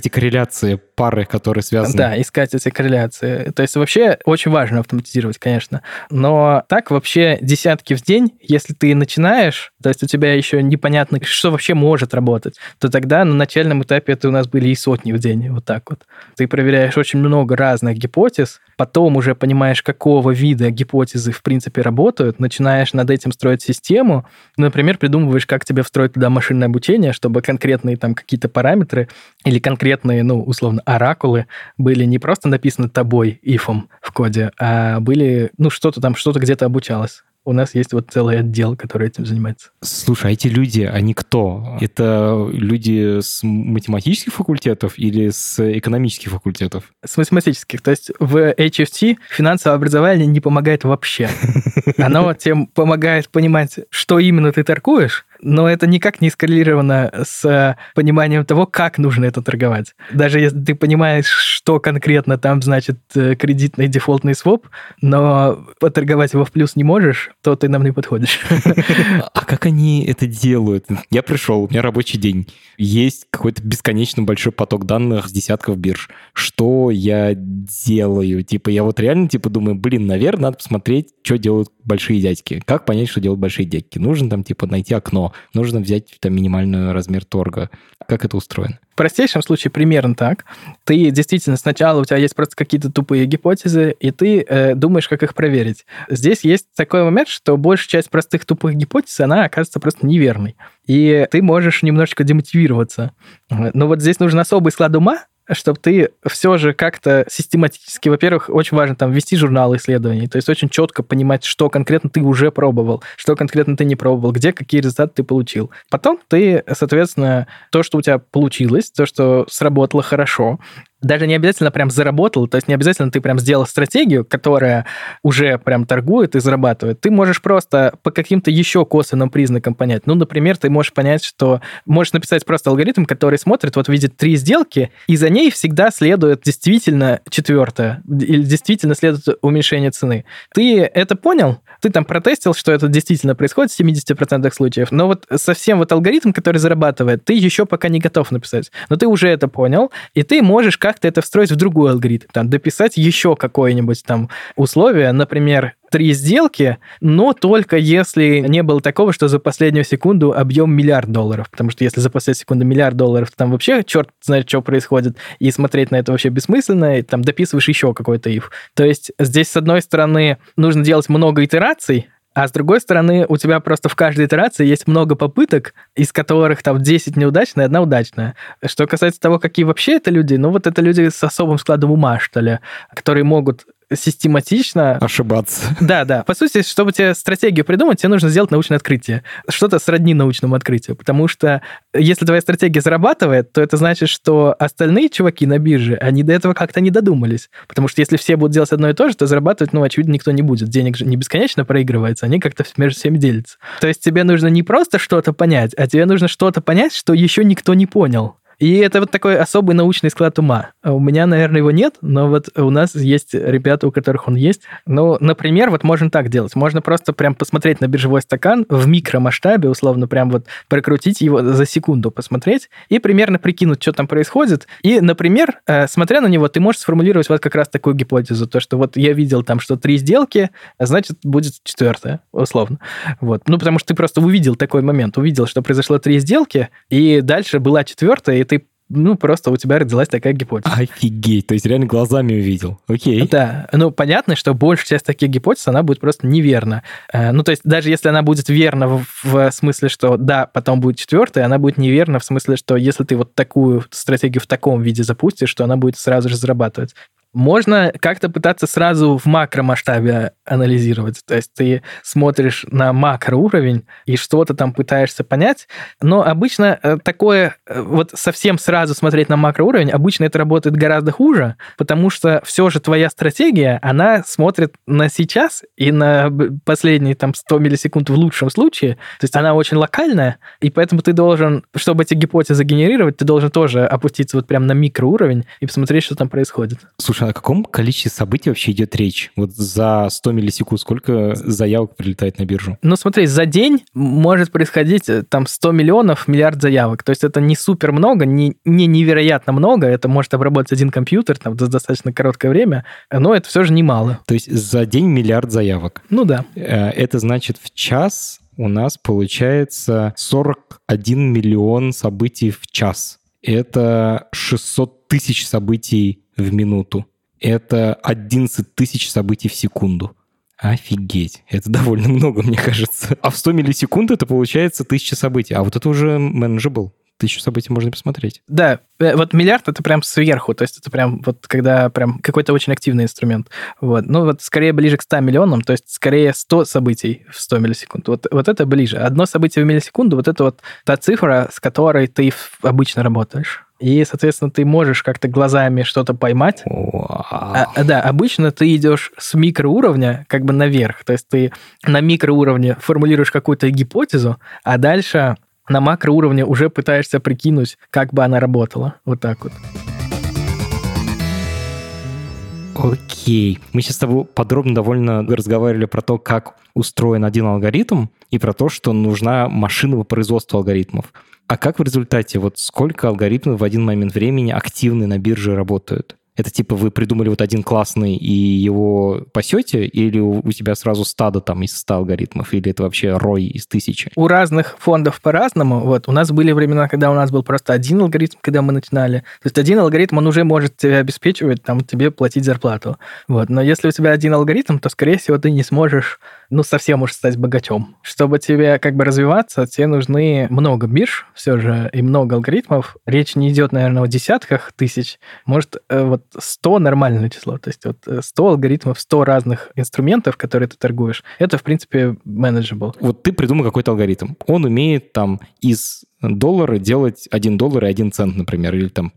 эти корреляции, пары, которые связаны. Да, искать эти корреляции. То есть вообще очень важно автоматизировать, конечно. Но так вообще десятки в день, если ты начинаешь, то есть у тебя еще непонятно, что вообще может работать, то тогда на начальном этапе это у нас были и сотни в день, вот так вот. Ты проверяешь очень много разных гипотез, потом уже понимаешь, какого вида гипотезы в принципе работают, начинаешь над этим строить систему, например, придумываешь, как тебе встроить туда машинное обучение, чтобы конкретные там какие-то параметры или конкретные, условно, оракулы были не просто написаны тобой, ифом в коде, а были, что-то где-то обучалось. У нас есть вот целый отдел, который этим занимается. Слушай, а эти люди, они кто? Это люди с математических факультетов или с экономических факультетов? С математических. То есть в HFT финансовое образование не помогает вообще. Оно тебе помогает понимать, что именно ты торгуешь, но это никак не скоррелировано с пониманием того, как нужно это торговать. Даже если ты понимаешь, что конкретно там значит кредитный дефолтный своп, но поторговать его в плюс не можешь, то ты нам не подходишь. А как они это делают? Я пришел, у меня рабочий день. Есть какой-то бесконечно большой поток данных с десятков бирж. Что я делаю? Я вот реально думаю, наверное, надо посмотреть, что делают большие дядьки. Как понять, что делают большие дядьки? Нужно там найти окно, нужно взять там минимальный размер торга. Как это устроено? В простейшем случае примерно так. Ты действительно сначала у тебя есть просто какие-то тупые гипотезы, и ты думаешь, как их проверить. Здесь есть такой момент, что большая часть простых тупых гипотез, она оказывается просто неверной. И ты можешь немножечко демотивироваться. Но вот здесь нужен особый склад ума, чтобы ты все же как-то систематически, во-первых, очень важно там вести журналы исследований, то есть очень четко понимать, что конкретно ты уже пробовал, что конкретно ты не пробовал, где какие результаты ты получил. Потом ты, соответственно, то, что у тебя получилось, то, что сработало хорошо, даже не обязательно прям заработал, то есть не обязательно ты прям сделал стратегию, которая уже прям торгует и зарабатывает. Ты можешь просто по каким-то еще косвенным признакам понять. Например, ты можешь понять, что можешь написать просто алгоритм, который смотрит, вот видит 3 сделки, и за ней всегда следует действительно 4-я, или действительно следует уменьшение цены. Ты это понял? Ты там протестил, что это действительно происходит в 70% случаев, но вот совсем вот алгоритм, который зарабатывает, ты еще пока не готов написать. Но ты уже это понял, и ты можешь как-то это встроить в другой алгоритм, там, дописать еще какое-нибудь там условие, например, 3 сделки, но только если не было такого, что за последнюю секунду объем $1 миллиард. Потому что если за последнюю секунду $1 миллиард, то там вообще черт знает, что происходит, и смотреть на это вообще бессмысленно, и там дописываешь еще какой-то if. То есть здесь, с одной стороны, нужно делать много итераций, а с другой стороны, у тебя просто в каждой итерации есть много попыток, из которых там 10 неудачные, 1 удачная. Что касается того, какие вообще это люди, вот это люди с особым складом ума, что ли, которые могут систематично... ошибаться. Да. По сути, чтобы тебе стратегию придумать, тебе нужно сделать научное открытие. Что-то сродни научному открытию. Потому что если твоя стратегия зарабатывает, то это значит, что остальные чуваки на бирже, они до этого как-то не додумались. Потому что если все будут делать одно и то же, то зарабатывать, очевидно, никто не будет. Денег же не бесконечно проигрывается, они как-то между всеми делятся. То есть тебе нужно не просто что-то понять, а тебе нужно что-то понять, что еще никто не понял. И это вот такой особый научный склад ума. У меня, наверное, его нет, но вот у нас есть ребята, у которых он есть. Например, вот можно так делать. Можно просто прям посмотреть на биржевой стакан в микромасштабе, условно, прям вот прокрутить его за секунду, посмотреть и примерно прикинуть, что там происходит. И, например, смотря на него, ты можешь сформулировать вот как раз такую гипотезу, то, что вот я видел там, что 3 сделки, значит, будет 4-я, условно. Вот. Потому что ты просто увидел такой момент, увидел, что произошло 3 сделки, и дальше была 4-я, и ты просто у тебя родилась такая гипотеза. Офигеть, то есть реально глазами увидел. Окей. Да, понятно, что большая часть таких гипотез, она будет просто неверна. То есть даже если она будет верна в смысле, что да, потом будет 4-я, она будет неверна в смысле, что если ты вот такую стратегию в таком виде запустишь, то она будет сразу же зарабатывать. Можно как-то пытаться сразу в макромасштабе анализировать. То есть ты смотришь на макроуровень и что-то там пытаешься понять, но обычно такое, вот совсем сразу смотреть на макроуровень, обычно это работает гораздо хуже, потому что все же твоя стратегия, она смотрит на сейчас и на последние там 100 миллисекунд в лучшем случае, то есть она очень локальная, и поэтому ты должен, чтобы эти гипотезы генерировать, ты должен тоже опуститься вот прям на микроуровень и посмотреть, что там происходит. Слушай, О каком количестве событий вообще идет речь? Вот за 100 миллисекунд сколько заявок прилетает на биржу? Ну, смотри, за день может происходить там 100 миллионов, миллиард заявок. То есть это не супер много, не невероятно много. Это может обработать один компьютер там, за достаточно короткое время, но это все же немало. То есть за день миллиард заявок? Ну да. Это значит в час у нас получается 41 миллион событий в час. Это 600 тысяч событий в минуту. Это 11 тысяч событий в секунду. Офигеть. Это довольно много, мне кажется. А в 100 миллисекунд это получается 1000 событий. А вот это уже manageable. 1000 событий можно посмотреть. Да, вот миллиард — это прям сверху, то есть это прям вот когда прям какой-то очень активный инструмент. Вот. Ну вот скорее ближе к 100 миллионам, то есть скорее 100 событий в 100 миллисекунд. Вот это ближе. Одно событие в миллисекунду — вот это вот та цифра, с которой ты обычно работаешь. И, соответственно, ты можешь как-то глазами что-то поймать. Да, обычно ты идешь с микроуровня как бы наверх. То есть ты на микроуровне формулируешь какую-то гипотезу, а дальше на макроуровне уже пытаешься прикинуть, как бы она работала. Вот так вот. Окей. Мы сейчас с тобой подробно довольно разговаривали про то, как устроен один алгоритм, и про то, что нужна машина по производству алгоритмов. А как в результате, вот сколько алгоритмов в один момент времени активны на бирже работают? Это типа вы придумали вот один классный и его пасете, или у тебя сразу стадо там из 100 алгоритмов, или это вообще рой из 1000? У разных фондов по-разному. Вот. У нас были времена, когда у нас был просто один алгоритм, когда мы начинали. То есть один алгоритм, он уже может тебя обеспечивать, там, тебе платить зарплату. Вот. Но если у тебя один алгоритм, то, скорее всего, ты не сможешь, совсем уж стать богачом. Чтобы тебе как бы развиваться, тебе нужны много бирж все же и много алгоритмов. Речь не идет, наверное, о десятках тысяч. Может, 100 нормальное число. То есть 100 алгоритмов, 100 разных инструментов, которые ты торгуешь. Это, в принципе, manageable. Вот ты придумал какой-то алгоритм. Он умеет там из доллара делать $1 и 1 цент, например, или там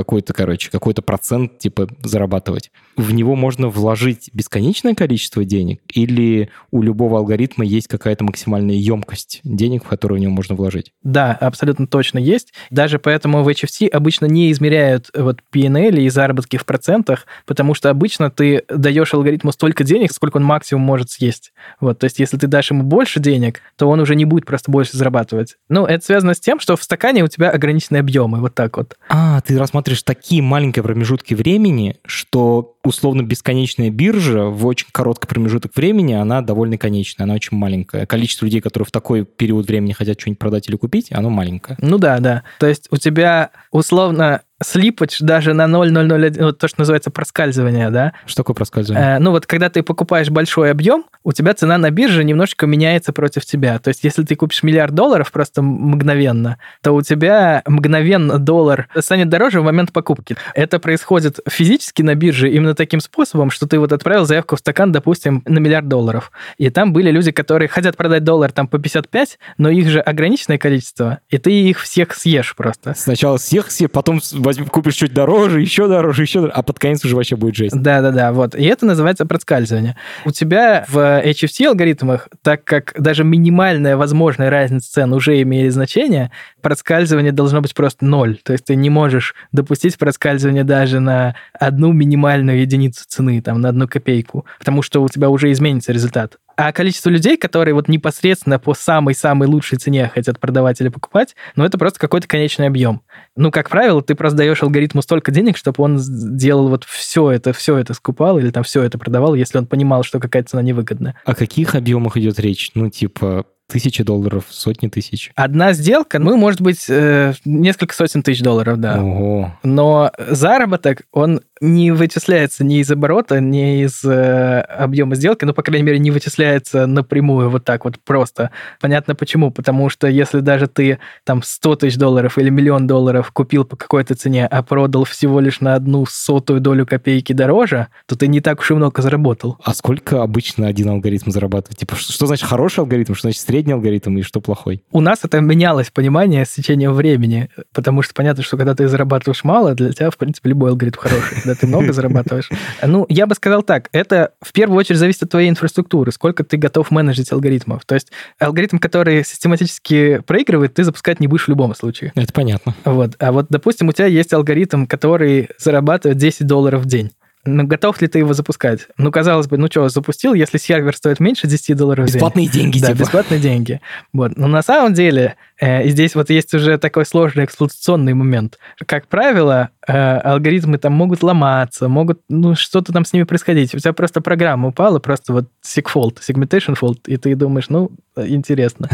какой-то процент типа зарабатывать. В него можно вложить бесконечное количество денег, или у любого алгоритма есть какая-то максимальная емкость денег, в которую в него можно вложить? Да, абсолютно точно есть. Даже поэтому в HFT обычно не измеряют P&L и заработки в процентах, потому что обычно ты даешь алгоритму столько денег, сколько он максимум может съесть. Вот, то есть если ты дашь ему больше денег, то он уже не будет просто больше зарабатывать. Это связано с тем, что в стакане у тебя ограниченные объемы, вот так вот. Ты рассматриваешь такие маленькие промежутки времени, что условно бесконечная биржа в очень короткий промежуток времени, она довольно конечная, она очень маленькая. Количество людей, которые в такой период времени хотят что-нибудь продать или купить, оно маленькое. Да. То есть у тебя условно слипач даже на 0,001, вот то, что называется проскальзывание, да? Что такое проскальзывание? Когда ты покупаешь большой объем, у тебя цена на бирже немножечко меняется против тебя. То есть если ты купишь $1 миллиард просто мгновенно, то у тебя мгновенно доллар станет дороже в момент покупки. Это происходит физически на бирже именно таким способом, что ты отправил заявку в стакан, допустим, на $1 миллиард. И там были люди, которые хотят продать доллар там по 55, но их же ограниченное количество, и ты их всех съешь просто. Сначала всех, потом купишь чуть дороже, а под конец уже вообще будет жесть. Да, вот. И это называется проскальзывание. У тебя в HFT-алгоритмах, так как даже минимальная возможная разница цен уже имеет значение, проскальзывание должно быть просто 0. То есть ты не можешь допустить проскальзывание даже на одну минимальную единицу цены, там, на 1 копейку, потому что у тебя уже изменится результат. А количество людей, которые непосредственно по самой-самой лучшей цене хотят продавать или покупать, это просто какой-то конечный объем. Как правило, ты просто даешь алгоритму столько денег, чтобы он делал все это скупал или там все это продавал, если он понимал, что какая-то цена невыгодная. О каких объемах идет речь? $1000, сотни тысяч. Одна сделка, может быть, несколько сотен тысяч долларов, да. Ого. Но заработок, он не вычисляется ни из оборота, ни из объема сделки, по крайней мере, не вычисляется напрямую вот так вот просто. Понятно почему. Потому что если даже ты там $100 тысяч или $1 миллион купил по какой-то цене, а продал всего лишь на 0,01 долю копейки дороже, то ты не так уж и много заработал. А сколько обычно один алгоритм зарабатывает? Что значит хороший алгоритм, что значит средний алгоритм и что плохой? У нас это менялось понимание с течением времени, потому что понятно, что когда ты зарабатываешь мало, для тебя, в принципе, любой алгоритм хороший. Когда ты много зарабатываешь. Я бы сказал так, это в первую очередь зависит от твоей инфраструктуры, сколько ты готов менеджить алгоритмов. То есть алгоритм, который систематически проигрывает, ты запускать не будешь в любом случае. Это понятно. А допустим, у тебя есть алгоритм, который зарабатывает $10 в день. Ну, готов ли ты его запускать? Ну, казалось бы, ну что, запустил, если сервер стоит меньше $10 в день. Бесплатные деньги, да, типа. бесплатные деньги. Вот. Но на самом деле здесь вот есть уже такой сложный эксплуатационный момент. Как правило, алгоритмы там могут ломаться, могут, ну, что-то там с ними происходить. У тебя просто программа упала, просто вот segmentation fault, и ты думаешь, ну, интересно.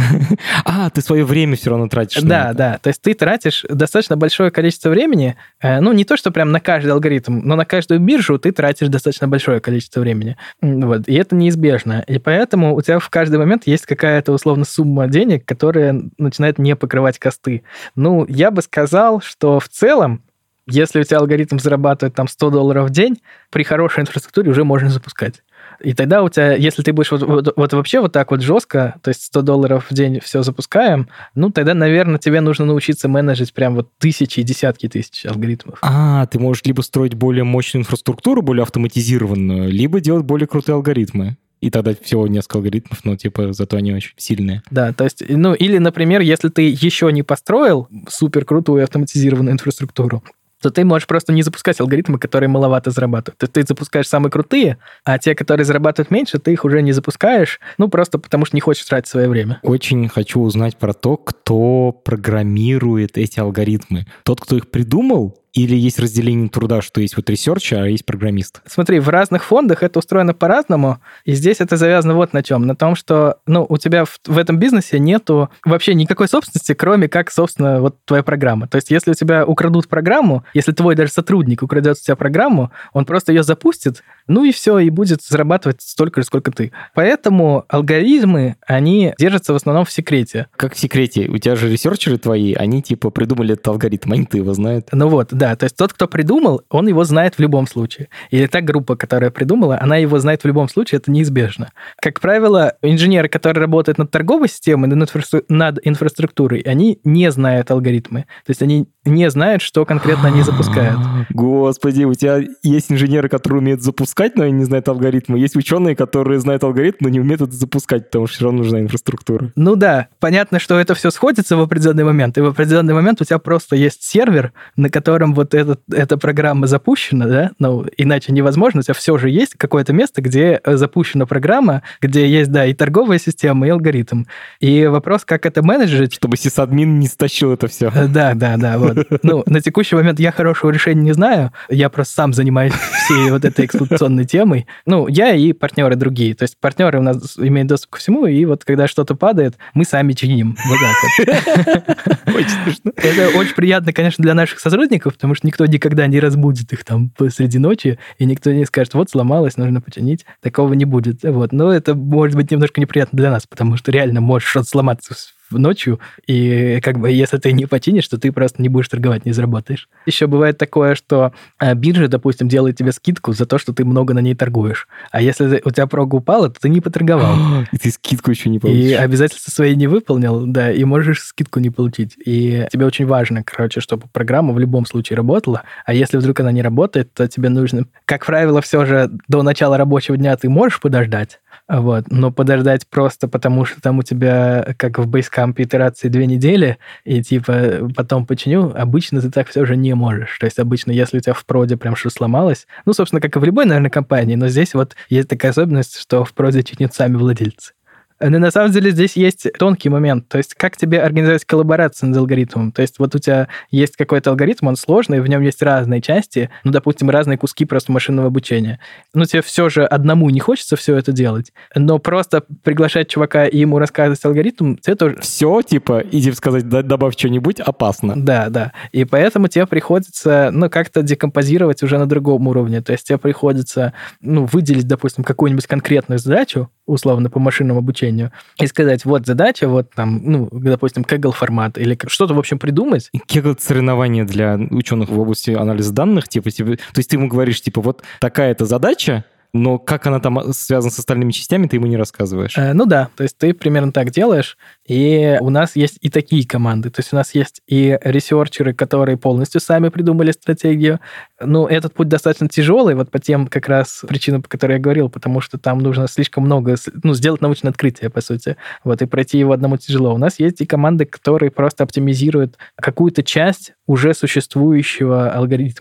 Ты свое время все равно тратишь. Да, да. То есть ты тратишь достаточно большое количество времени, ну, не то, что прям на каждый алгоритм, но на каждую биржу ты тратишь достаточно большое количество времени. Вот. И это неизбежно. И поэтому у тебя в каждый момент есть какая-то, условно, сумма денег, которая начинает не покрывать косты. Ну, я бы сказал, что в целом, если у тебя алгоритм зарабатывает там $100 в день, при хорошей инфраструктуре уже можно запускать. И тогда у тебя, если ты будешь вот вообще вот так вот жестко, то есть $100 в день все запускаем, ну, тогда, наверное, тебе нужно научиться менеджить прям вот тысячи и десятки тысяч алгоритмов. Ты можешь либо строить более мощную инфраструктуру, более автоматизированную, либо делать более крутые алгоритмы. И тогда всего несколько алгоритмов, но типа зато они очень сильные. Да, то есть, ну, или, например, если ты еще не построил суперкрутую автоматизированную инфраструктуру, то ты можешь просто не запускать алгоритмы, которые маловато зарабатывают. То есть ты запускаешь самые крутые, а те, которые зарабатывают меньше, ты их уже не запускаешь, ну, просто потому что не хочешь тратить свое время. Очень хочу узнать про то, кто программирует эти алгоритмы. Тот, кто их придумал, или есть разделение труда, что есть вот ресерчер, а есть программист? Смотри, в разных фондах это устроено по-разному, и здесь это завязано вот на чем. На том, что, ну, у тебя в этом бизнесе нету вообще никакой собственности, кроме как, собственно, вот твоя программа. То есть если у тебя украдут программу, если твой даже сотрудник украдет у тебя программу, он просто ее запустит, ну и все, и будет зарабатывать столько же, сколько ты. Поэтому алгоритмы, они держатся в основном в секрете. Как в секрете? У тебя же ресерчеры твои, они типа придумали этот алгоритм, они-то его знают. Ну вот, да, то есть тот, кто придумал, он его знает в любом случае. Или та группа, которая придумала, она его знает в любом случае, это неизбежно. Как правило, инженеры, которые работают над торговой системой, над инфраструктурой, они не знают алгоритмы. То есть они не знают, что конкретно они запускают. Господи, у тебя есть инженеры, которые умеют запускать, но они не знают алгоритмы. Есть ученые, которые знают алгоритм, но не умеют это запускать, потому что все равно нужна инфраструктура. Ну да, понятно, что это все сходится в определенный момент, и в определенный момент у тебя просто есть сервер, на котором вот эта программа запущена, да, ну, иначе невозможно, у тебя все же есть какое-то место, где запущена программа, где есть, да, и торговая система, и алгоритм. И вопрос, как это менеджерить. Чтобы сисадмин не стащил это все. Да, вот. Ну, на текущий момент я хорошего решения не знаю, я просто сам занимаюсь всей вот этой эксплуатационной темой. Ну, я и партнеры другие. То есть партнеры у нас имеют доступ ко всему, и вот когда что-то падает, мы сами чиним. Вот так вот. Очень смешно. Это очень приятно, конечно, для наших сотрудников, потому что никто никогда не разбудит их там посреди ночи, и никто не скажет, вот сломалось, нужно починить. Такого не будет. Вот. Но это может быть немножко неприятно для нас, потому что реально может что-то сломаться ночью, и как бы если ты не починишь, то ты просто не будешь торговать, не заработаешь. Еще бывает такое, что биржа, допустим, делает тебе скидку за то, что ты много на ней торгуешь. А если у тебя прога упала, то ты не поторговал. И ты скидку еще не получишь. И обязательства свои не выполнил, да, и можешь скидку не получить. И тебе очень важно, короче, чтобы программа в любом случае работала, а если вдруг она не работает, то тебе нужно... Как правило, все же до начала рабочего дня ты можешь подождать, вот, но подождать просто потому, что там у тебя, как в Basecamp, итерации 2 недели, и типа потом починю, обычно ты так все же не можешь. То есть обычно, если у тебя в проде прям что сломалось, ну, собственно, как и в любой, наверное, компании, но здесь вот есть такая особенность, что в проде чинят сами владельцы. Но на самом деле здесь есть тонкий момент. То есть как тебе организовать коллаборацию над алгоритмом? То есть вот у тебя есть какой-то алгоритм, он сложный, в нем есть разные части, ну, допустим, разные куски просто машинного обучения. Ну, тебе все же одному не хочется все это делать, но просто приглашать чувака и ему рассказывать алгоритм, тебе тоже... Все, типа, иди сказать, добавь что-нибудь, опасно. Да. И поэтому тебе приходится, ну, как-то декомпозировать уже на другом уровне. То есть тебе приходится, ну, выделить, допустим, какую-нибудь конкретную задачу, условно, по машинному обучению, и сказать, вот задача, вот там, ну, допустим, Kaggle формат, или что-то, в общем, придумать. Kaggle — это соревнование для ученых в области анализа данных, типа, то есть ты ему говоришь, типа, вот такая-то задача, но как она там связана с остальными частями, ты ему не рассказываешь. Ну да, то есть ты примерно так делаешь, и у нас есть и такие команды, то есть у нас есть и ресерчеры, которые полностью сами придумали стратегию. Ну, этот путь достаточно тяжелый, вот по тем как раз причинам, по которым я говорил, потому что там нужно слишком много, ну, сделать научное открытие, по сути, вот, и пройти его одному тяжело. У нас есть и команды, которые просто оптимизируют какую-то часть уже существующего алгоритма.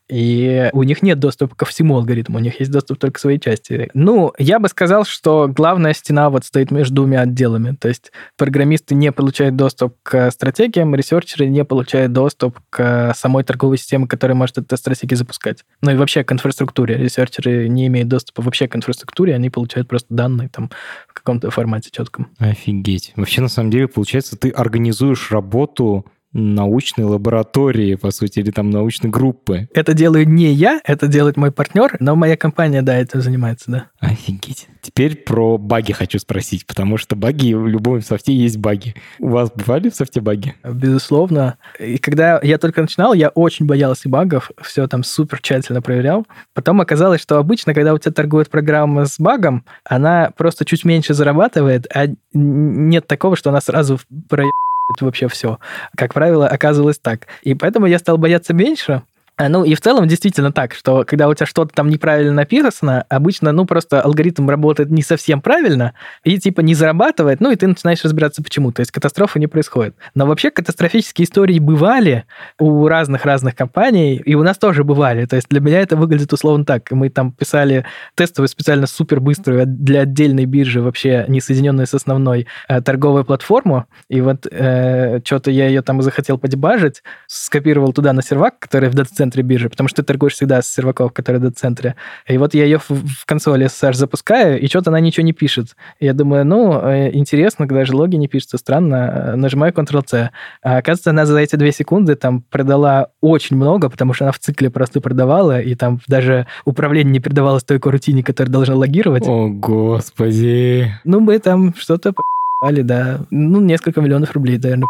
и у них нет доступа ко всему алгоритму, у них есть доступ только к своей части. Я бы сказал, что главная стена вот стоит между двумя отделами, то есть программисты не получают доступ к стратегиям, ресерчеры не получают доступ к самой торговой системе, которая может эту стратегию запускать. И вообще к инфраструктуре. Ресерчеры не имеют доступа вообще к инфраструктуре, они получают просто данные там в каком-то формате четком. Офигеть. Вообще, на самом деле, получается, ты организуешь работу научной лаборатории, по сути, или там научной группы. Это делаю не я, это делает мой партнер, но моя компания, да, этим занимается, да. Офигеть. Теперь про баги хочу спросить, потому что баги, в любом софте есть баги. У вас бывали в софте баги? Безусловно. И когда я только начинал, я очень боялся багов, все там супер тщательно проверял. Потом оказалось, что обычно, когда у тебя торгует программа с багом, она просто чуть меньше зарабатывает, а нет такого, что она сразу вообще все. Как правило, оказывалось так. И поэтому я стал бояться меньше. И в целом действительно так, что когда у тебя что-то там неправильно написано, обычно, просто алгоритм работает не совсем правильно и типа не зарабатывает, и ты начинаешь разбираться, почему. То есть катастрофы не происходит. Но вообще катастрофические истории бывали у разных компаний, и у нас тоже бывали. То есть для меня это выглядит условно так. Мы там писали тестовую специально супербыструю для отдельной биржи, вообще не соединенную с основной, торговую платформу, и вот что-то я ее там захотел подебажить, скопировал туда на сервак, который в дата-центре биржи, потому что ты торгуешь всегда с серваков, которые в дата-центре. И вот я ее в консоли SSH запускаю, и что-то она ничего не пишет. И я думаю, интересно, когда же логи не пишутся, странно. Нажимаю Ctrl-C. А оказывается, она за эти 2 секунды там продала очень много, потому что она в цикле просто продавала, и там даже управление не передавалось той корутине, которая должна логировать. О, господи. Мы там что-то по***ли, да. Несколько миллионов рублей, наверное,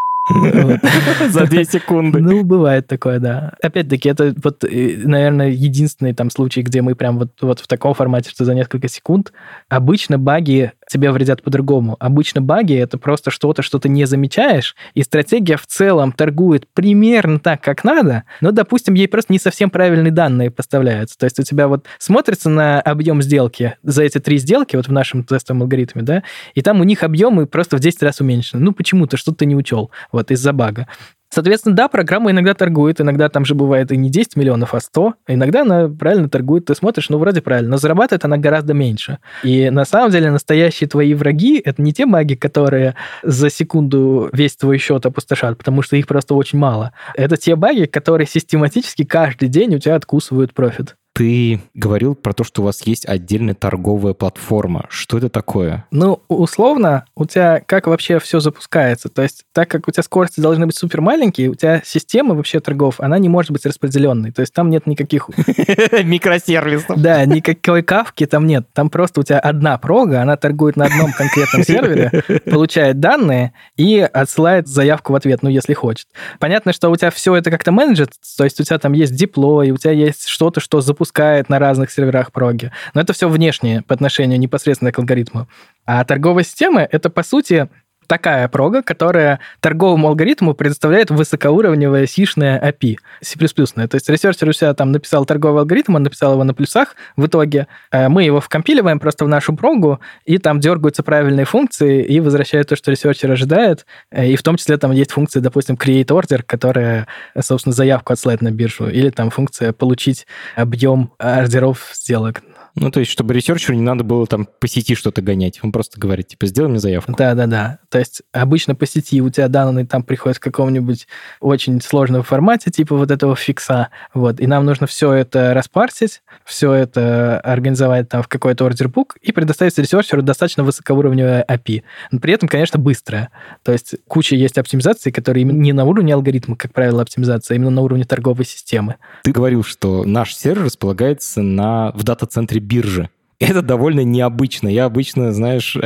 за 2 секунды. Бывает такое, да. Опять-таки, это вот, наверное, единственный там случай, где мы прям вот в таком формате, что за несколько секунд. Обычно баги тебе вредят по-другому. Обычно баги — это просто что-то, что ты не замечаешь, и стратегия в целом торгует примерно так, как надо, но, допустим, ей просто не совсем правильные данные поставляются. То есть у тебя вот смотрится на объем сделки за эти 3 сделки вот в нашем тестовом алгоритме, да, и там у них объемы просто в 10 раз уменьшены. Почему-то что-то ты не учел. Вот из-за бага. Соответственно, да, программа иногда торгует, иногда там же бывает и не 10 миллионов, а 100. Иногда она правильно торгует, ты смотришь, вроде правильно, но зарабатывает она гораздо меньше. И на самом деле настоящие твои враги — это не те баги, которые за секунду весь твой счет опустошат, потому что их просто очень мало. Это те баги, которые систематически каждый день у тебя откусывают профит. Ты говорил про то, что у вас есть отдельная торговая платформа. Что это такое? Условно, у тебя как вообще все запускается? То есть, так как у тебя скорости должны быть супер маленькие, у тебя система вообще торгов, она не может быть распределенной. То есть, там нет никаких... Микросервисов. Да, никакой кавки там нет. Там просто у тебя одна прога, она торгует на одном конкретном сервере, получает данные и отсылает заявку в ответ, если хочет. Понятно, что у тебя все это как-то менеджит, то есть, у тебя там есть деплой, у тебя есть что-то, что запускает на разных серверах проги. Но это все внешнее по отношению непосредственно к алгоритму. А торговая система — это, по сути, такая прога, которая торговому алгоритму предоставляет высокоуровневое C-шное API, C++. То есть ресерчер у себя там написал торговый алгоритм, он написал его на плюсах. В итоге мы его вкомпиливаем просто в нашу прогу, и там дергаются правильные функции и возвращают то, что ресерчер ожидает. И в том числе там есть функция, допустим, create order, которая, собственно, заявку отсылает на биржу, или там функция получить объем ордеров сделок. То есть, чтобы ресерчеру не надо было там по сети что-то гонять. Он просто говорит, сделай мне заявку. Да. То есть, обычно по сети у тебя данные там приходят в каком-нибудь очень сложном формате, типа вот этого фикса. И нам нужно все это распарсить, все это организовать там в какой-то ордербук и предоставить ресерчеру достаточно высокоуровневое API. Но при этом, конечно, быстрое. То есть, куча есть оптимизаций, которые именно не на уровне алгоритма, как правило, оптимизация, а именно на уровне торговой системы. Ты говорил, что наш сервер располагается в дата-центре биржи. Это довольно необычно. Я обычно,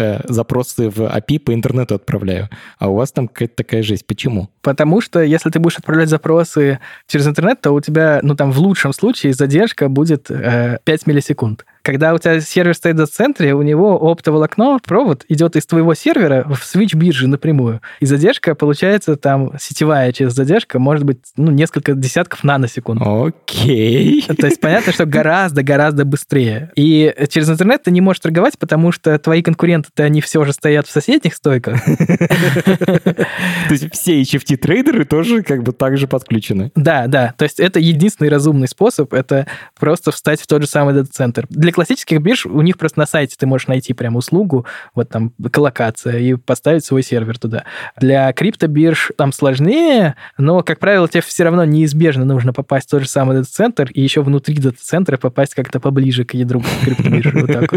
запросы в API по интернету отправляю. А у вас там какая-то такая жесть. Почему? Потому что если ты будешь отправлять запросы через интернет, то у тебя, в лучшем случае задержка будет 5 миллисекунд. Когда у тебя сервер стоит в дата-центре, у него оптоволокно, провод идет из твоего сервера в свитч биржи напрямую. И задержка получается там сетевая через задержка, может быть, несколько десятков наносекунд. Окей. То есть понятно, что гораздо быстрее. И через интернет ты не можешь торговать, потому что твои конкуренты-то, они все же стоят в соседних стойках. То есть все HFT-трейдеры тоже как бы так же подключены. Да. То есть это единственный разумный способ, это просто встать в тот же самый дата-центр. Для классических бирж у них просто на сайте ты можешь найти прям услугу, вот там коллокация, и поставить свой сервер туда. Для криптобирж там сложнее, но, как правило, тебе все равно неизбежно нужно попасть в тот же самый дата-центр и еще внутри дата-центра попасть как-то поближе к ядру криптобиржи. Вот так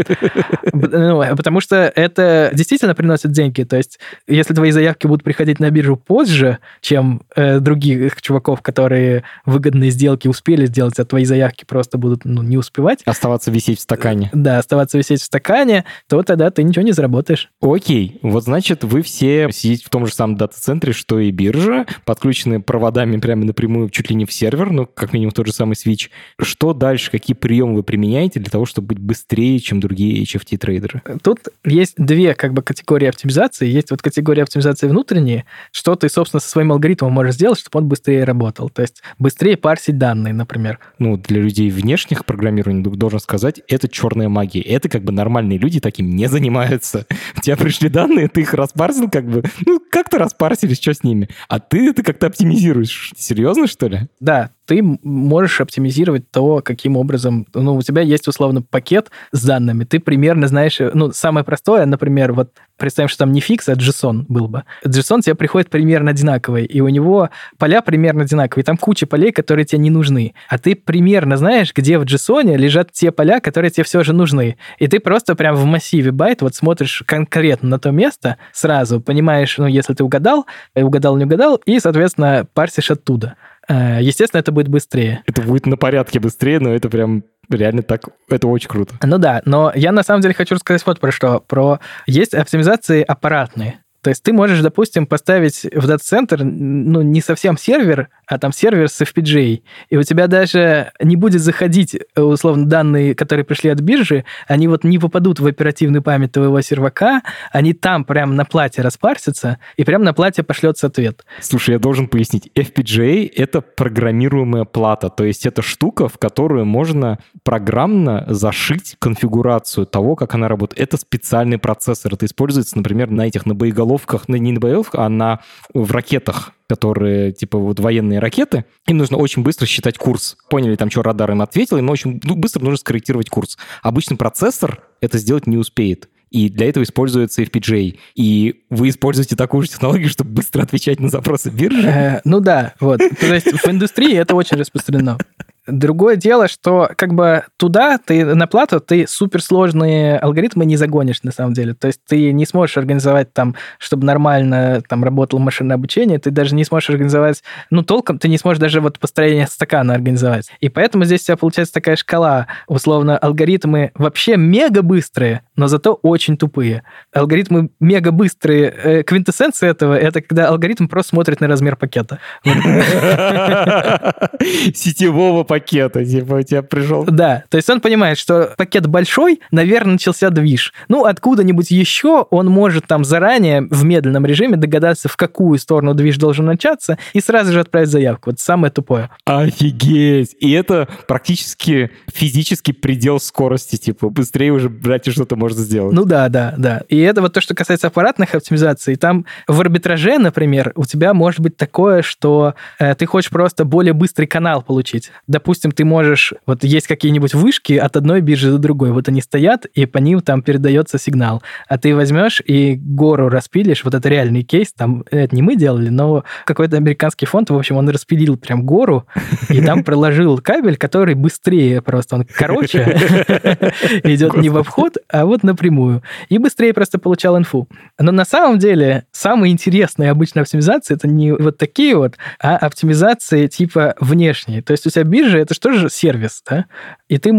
вот. Потому что это действительно приносит деньги. То есть если твои заявки будут приходить на биржу позже, чем других чуваков, которые выгодные сделки успели сделать, а твои заявки просто будут не успевать. Оставаться висеть в стакане. Да, оставаться висеть в стакане, то тогда ты ничего не заработаешь. Окей, вот значит, вы все сидите в том же самом дата-центре, что и биржа, подключены проводами прямо напрямую чуть ли не в сервер, как минимум тот же самый Switch. Что дальше? Какие приемы вы применяете для того, чтобы быть быстрее, чем другие HFT-трейдеры? Тут есть две категории оптимизации. Есть вот категория оптимизации внутренние, что ты, собственно, со своим алгоритмом можешь сделать, чтобы он быстрее работал. То есть быстрее парсить данные, например. Для людей внешних программирований, должен сказать, это черная магия. Это нормальные люди таким не занимаются. У тебя пришли данные, ты их распарсил, как-то распарсились, что с ними? А ты это как-то оптимизируешь. Серьезно, что ли? Да, ты можешь оптимизировать то, каким образом... у тебя есть, условно, пакет с данными. Ты примерно знаешь... самое простое, например, вот представим, что там не фикс, а JSON был бы. JSON тебе приходит примерно одинаковый, и у него поля примерно одинаковые. Там куча полей, которые тебе не нужны. А ты примерно знаешь, где в JSON лежат те поля, которые тебе все же нужны. И ты просто прям в массиве байт вот смотришь конкретно на то место, сразу понимаешь, если ты угадал, не угадал, и, соответственно, парсишь оттуда. Естественно, это будет быстрее. Это будет на порядке быстрее, но это прям реально так, это очень круто. Да, но я на самом деле хочу рассказать вот про что. Есть оптимизации аппаратные. То есть ты можешь, допустим, поставить в дата-центр, не совсем сервер, а там сервер с FPGA, и у тебя даже не будет заходить, условно, данные, которые пришли от биржи, они вот не попадут в оперативную память твоего сервака, они там прямо на плате распарсятся, и прямо на плате пошлется ответ. Слушай, я должен пояснить. FPGA — это программируемая плата, то есть это штука, в которую можно программно зашить конфигурацию того, как она работает. Это специальный процессор. Это используется, например, на боеголовках, не на боеголовках, а в ракетах, которые, военные ракеты. Им нужно очень быстро считать курс. Поняли, что радар им ответил, им очень быстро нужно скорректировать курс. Обычный процессор это сделать не успеет. И для этого используется FPGA. И вы используете такую же технологию, чтобы быстро отвечать на запросы биржи? Да, вот. То есть в индустрии это очень распространено. Другое дело, что туда, на плату, ты суперсложные алгоритмы не загонишь, на самом деле. То есть ты не сможешь организовать там, чтобы нормально там работало машинное обучение, ты даже не сможешь организовать, толком ты не сможешь даже построение стакана организовать. И поэтому здесь у тебя получается такая шкала, условно, алгоритмы вообще мега быстрые, но зато очень тупые. Алгоритмы мега быстрые, квинтэссенция этого, это когда алгоритм просто смотрит на размер пакета. Сетевого пакета, у тебя пришел. Да, то есть он понимает, что пакет большой, наверное, начался движ. Откуда-нибудь еще он может там заранее в медленном режиме догадаться, в какую сторону движ должен начаться, и сразу же отправить заявку. Вот самое тупое. Офигеть! И это практически физический предел скорости, быстрее уже брать и что-то можно сделать. Да. И это вот то, что касается аппаратных оптимизаций. Там в арбитраже, например, у тебя может быть такое, что ты хочешь просто более быстрый канал получить. Допустим, ты можешь... Вот есть какие-нибудь вышки от одной биржи до другой. Вот они стоят, и по ним там передается сигнал. А ты возьмешь и гору распилишь. Вот это реальный кейс. Там это не мы делали, но какой-то американский фонд, в общем, он распилил прям гору, и там проложил кабель, который быстрее просто. Он короче идет не в обход, а вот напрямую. И быстрее просто получал инфу. Но на самом деле самые интересные обычно оптимизации это не вот такие вот, а оптимизации типа внешние. То есть у тебя биржа — это что же сервис, да? И ты можешь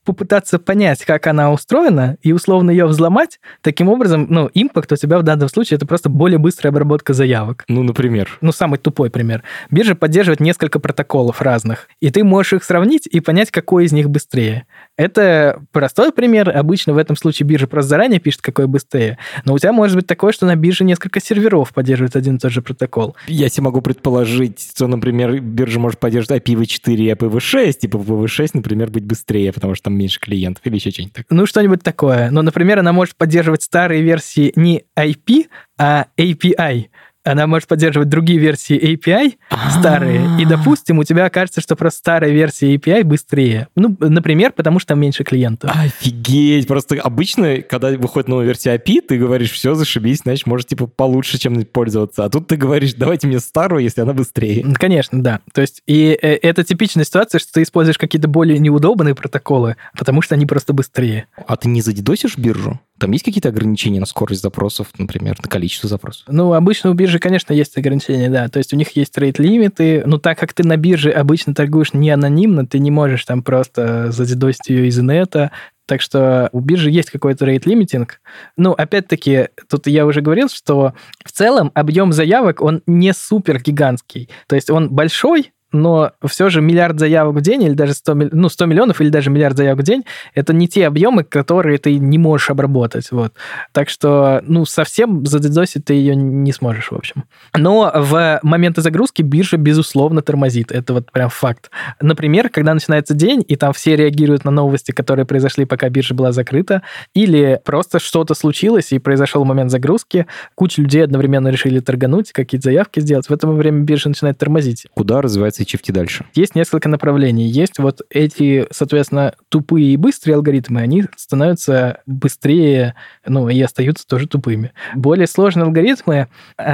попытаться понять, как она устроена, и условно ее взломать, таким образом, импакт у тебя в данном случае это просто более быстрая обработка заявок. Например. Самый тупой пример. Биржа поддерживает несколько протоколов разных, и ты можешь их сравнить и понять, какой из них быстрее. Это простой пример. Обычно в этом случае биржа просто заранее пишет, какой быстрее. Но у тебя может быть такое, что на бирже несколько серверов поддерживают один и тот же протокол. Я себе могу предположить, что, например, биржа может поддерживать IPv4 и IPv6, и по IPv6, например, быть быстрее, потому что там меньше клиентов или еще что-нибудь такое. Что-нибудь такое. Например, она может поддерживать старые версии не IP, а API. Она может поддерживать другие версии API, старые, и, допустим, у тебя окажется, что просто старая версия API быстрее. Например, потому что там меньше клиентов. Офигеть! Просто обычно, когда выходит новая версия API, ты говоришь, все, зашибись, значит, может, получше чем пользоваться. А тут ты говоришь, давайте мне старую, если она быстрее. Конечно, да. То есть, и это типичная ситуация, что ты используешь какие-то более неудобные протоколы, потому что они просто быстрее. А ты не задедосишь биржу? Там есть какие-то ограничения на скорость запросов, например, на количество запросов? Обычно у биржи, конечно, есть ограничения, да. То есть у них есть рейт-лимиты, но так как ты на бирже обычно торгуешь не анонимно, ты не можешь там просто задедосить ее из инета. Так что у биржи есть какой-то рейт-лимитинг. Опять-таки, тут я уже говорил, что в целом объем заявок, он не супер гигантский. То есть он большой, но все же миллиард заявок в день или даже 100 миллионов или даже миллиард заявок в день – это не те объемы, которые ты не можешь обработать. Вот. Так что совсем задедосить ты ее не сможешь, в общем. Но в моменты загрузки биржа, безусловно, тормозит. Это вот прям факт. Например, когда начинается день, и там все реагируют на новости, которые произошли, пока биржа была закрыта, или просто что-то случилось, и произошел момент загрузки, куча людей одновременно решили торгануть, какие-то заявки сделать. В это время биржа начинает тормозить. Куда развивается HFT дальше? Есть несколько направлений. Есть вот эти, соответственно, тупые и быстрые алгоритмы, они становятся быстрее, и остаются тоже тупыми. Более сложные алгоритмы,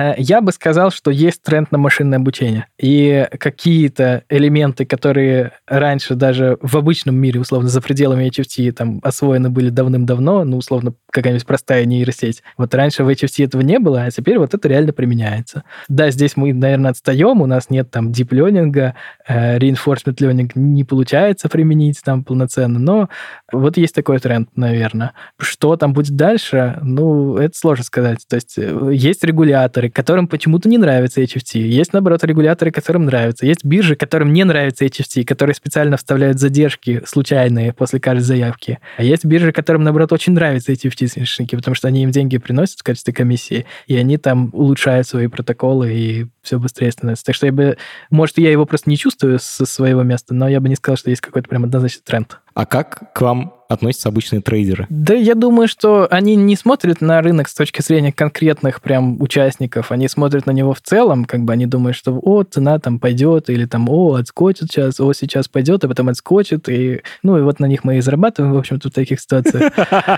я бы сказал, что есть тренд на машинное обучение. И какие-то элементы, которые раньше даже в обычном мире, условно, за пределами HFT там освоены были давным-давно, условно, какая-нибудь простая нейросеть. Вот раньше в HFT этого не было, а теперь вот это реально применяется. Да, здесь мы, наверное, отстаем, у нас нет там deep learning, reinforcement learning не получается применить там полноценно, но вот есть такой тренд, наверное. Что там будет дальше, это сложно сказать. То есть есть регуляторы, которым почему-то не нравится HFT, есть, наоборот, регуляторы, которым нравится, есть биржи, которым не нравится HFT, которые специально вставляют задержки случайные после каждой заявки, а есть биржи, которым, наоборот, очень нравится HFT-смешники, потому что они им деньги приносят в качестве комиссии, и они там улучшают свои протоколы, и все быстрее становится. Так что может, я его просто не чувствую со своего места, но я бы не сказал, что есть какой-то прям однозначный тренд. А как к вам относятся обычные трейдеры? Да, я думаю, что они не смотрят на рынок с точки зрения конкретных прям участников, они смотрят на него в целом, они думают, что цена там пойдет, или там, отскочит сейчас, сейчас пойдет, а потом отскочит, и вот на них мы и зарабатываем, в общем-то, в таких ситуациях.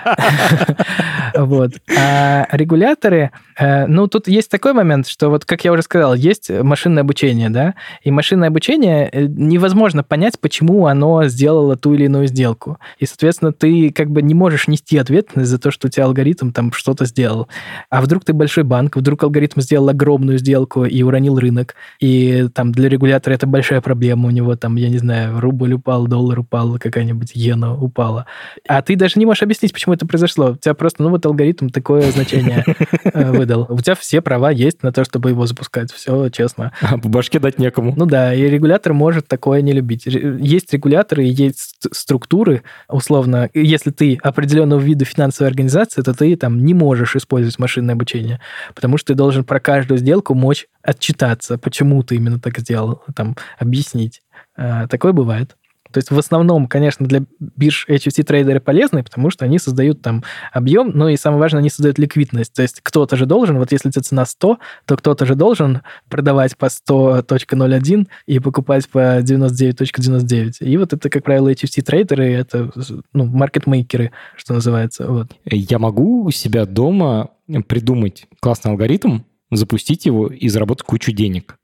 Вот. А регуляторы, тут есть такой момент, что вот, как я уже сказал, есть машинное обучение, да, и машинное обучение невозможно понять, почему оно сделало ту или иную сделку. И, соответственно, ты не можешь нести ответственность за то, что у тебя алгоритм там что-то сделал. А вдруг ты большой банк, вдруг алгоритм сделал огромную сделку и уронил рынок, и там для регулятора это большая проблема, у него там, я не знаю, рубль упал, доллар упал, какая-нибудь иена упала. А ты даже не можешь объяснить, почему это произошло. У тебя просто, алгоритм такое значение выдал. У тебя все права есть на то, чтобы его запускать. Все честно. А по башке дать некому. Да, и регулятор может такое не любить. Есть регуляторы, есть структуры, условно, если ты определенного вида финансовой организации, то ты там не можешь использовать машинное обучение, потому что ты должен про каждую сделку мочь отчитаться, почему ты именно так сделал, там, объяснить. Такое бывает. То есть в основном, конечно, для бирж HFT-трейдеры полезны, потому что они создают там объем, но и самое важное, они создают ликвидность. То есть кто-то же должен, вот если цена 100, то кто-то же должен продавать по 100.01 и покупать по 99.99. И вот это, как правило, HFT-трейдеры, это маркетмейкеры, что называется. Вот. Я могу у себя дома придумать классный алгоритм, запустить его и заработать кучу денег.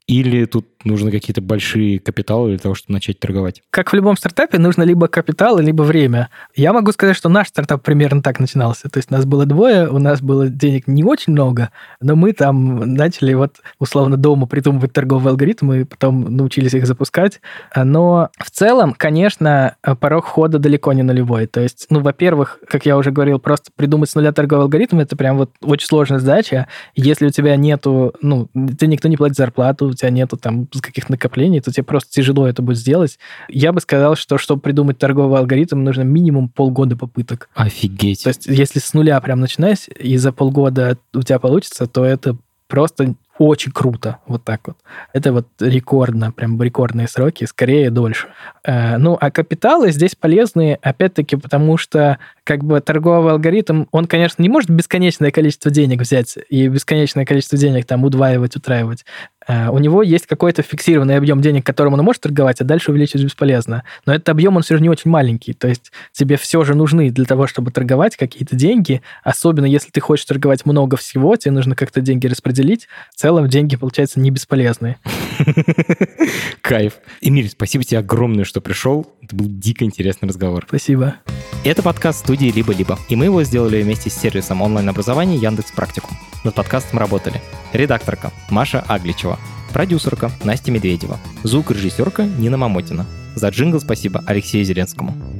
Или тут нужны какие-то большие капиталы для того, чтобы начать торговать? Как в любом стартапе, нужно либо капитал, либо время. Я могу сказать, что наш стартап примерно так начинался. То есть нас было двое, у нас было денег не очень много, но мы там начали условно дома придумывать торговые алгоритмы и потом научились их запускать. Но в целом, конечно, порог входа далеко не нулевой. То есть, во-первых, как я уже говорил, просто придумать с нуля торговый алгоритм — это прям очень сложная задача. Если у тебя нету, тебе никто не платит зарплату, у тебя нету там каких-то накоплений, то тебе просто тяжело это будет сделать. Я бы сказал, что чтобы придумать торговый алгоритм, нужно минимум полгода попыток. Офигеть. То есть если с нуля прям начинать, и за полгода у тебя получится, то это просто очень круто. Вот так вот. Это рекордно, прям рекордные сроки, скорее дольше. А капиталы здесь полезны, опять-таки, потому что торговый алгоритм, он, конечно, не может бесконечное количество денег взять и бесконечное количество денег там удваивать, утраивать. У него есть какой-то фиксированный объем денег, которым он может торговать, а дальше увеличивать бесполезно. Но этот объем, он все же не очень маленький. То есть тебе все же нужны для того, чтобы торговать, какие-то деньги, особенно если ты хочешь торговать много всего, тебе нужно как-то деньги распределить. В целом деньги, получается, не бесполезные. Кайф. Эмиль, спасибо тебе огромное, что пришел. Это был дико интересный разговор. Спасибо. Это подкаст студии «Либо-либо», и мы его сделали вместе с сервисом онлайн-образования Яндекс.Практикум. Над подкастом работали редакторка Маша Агличева, продюсерка Настя Медведева, звукорежиссерка Нина Мамотина. За джингл спасибо Алексею Зеленскому.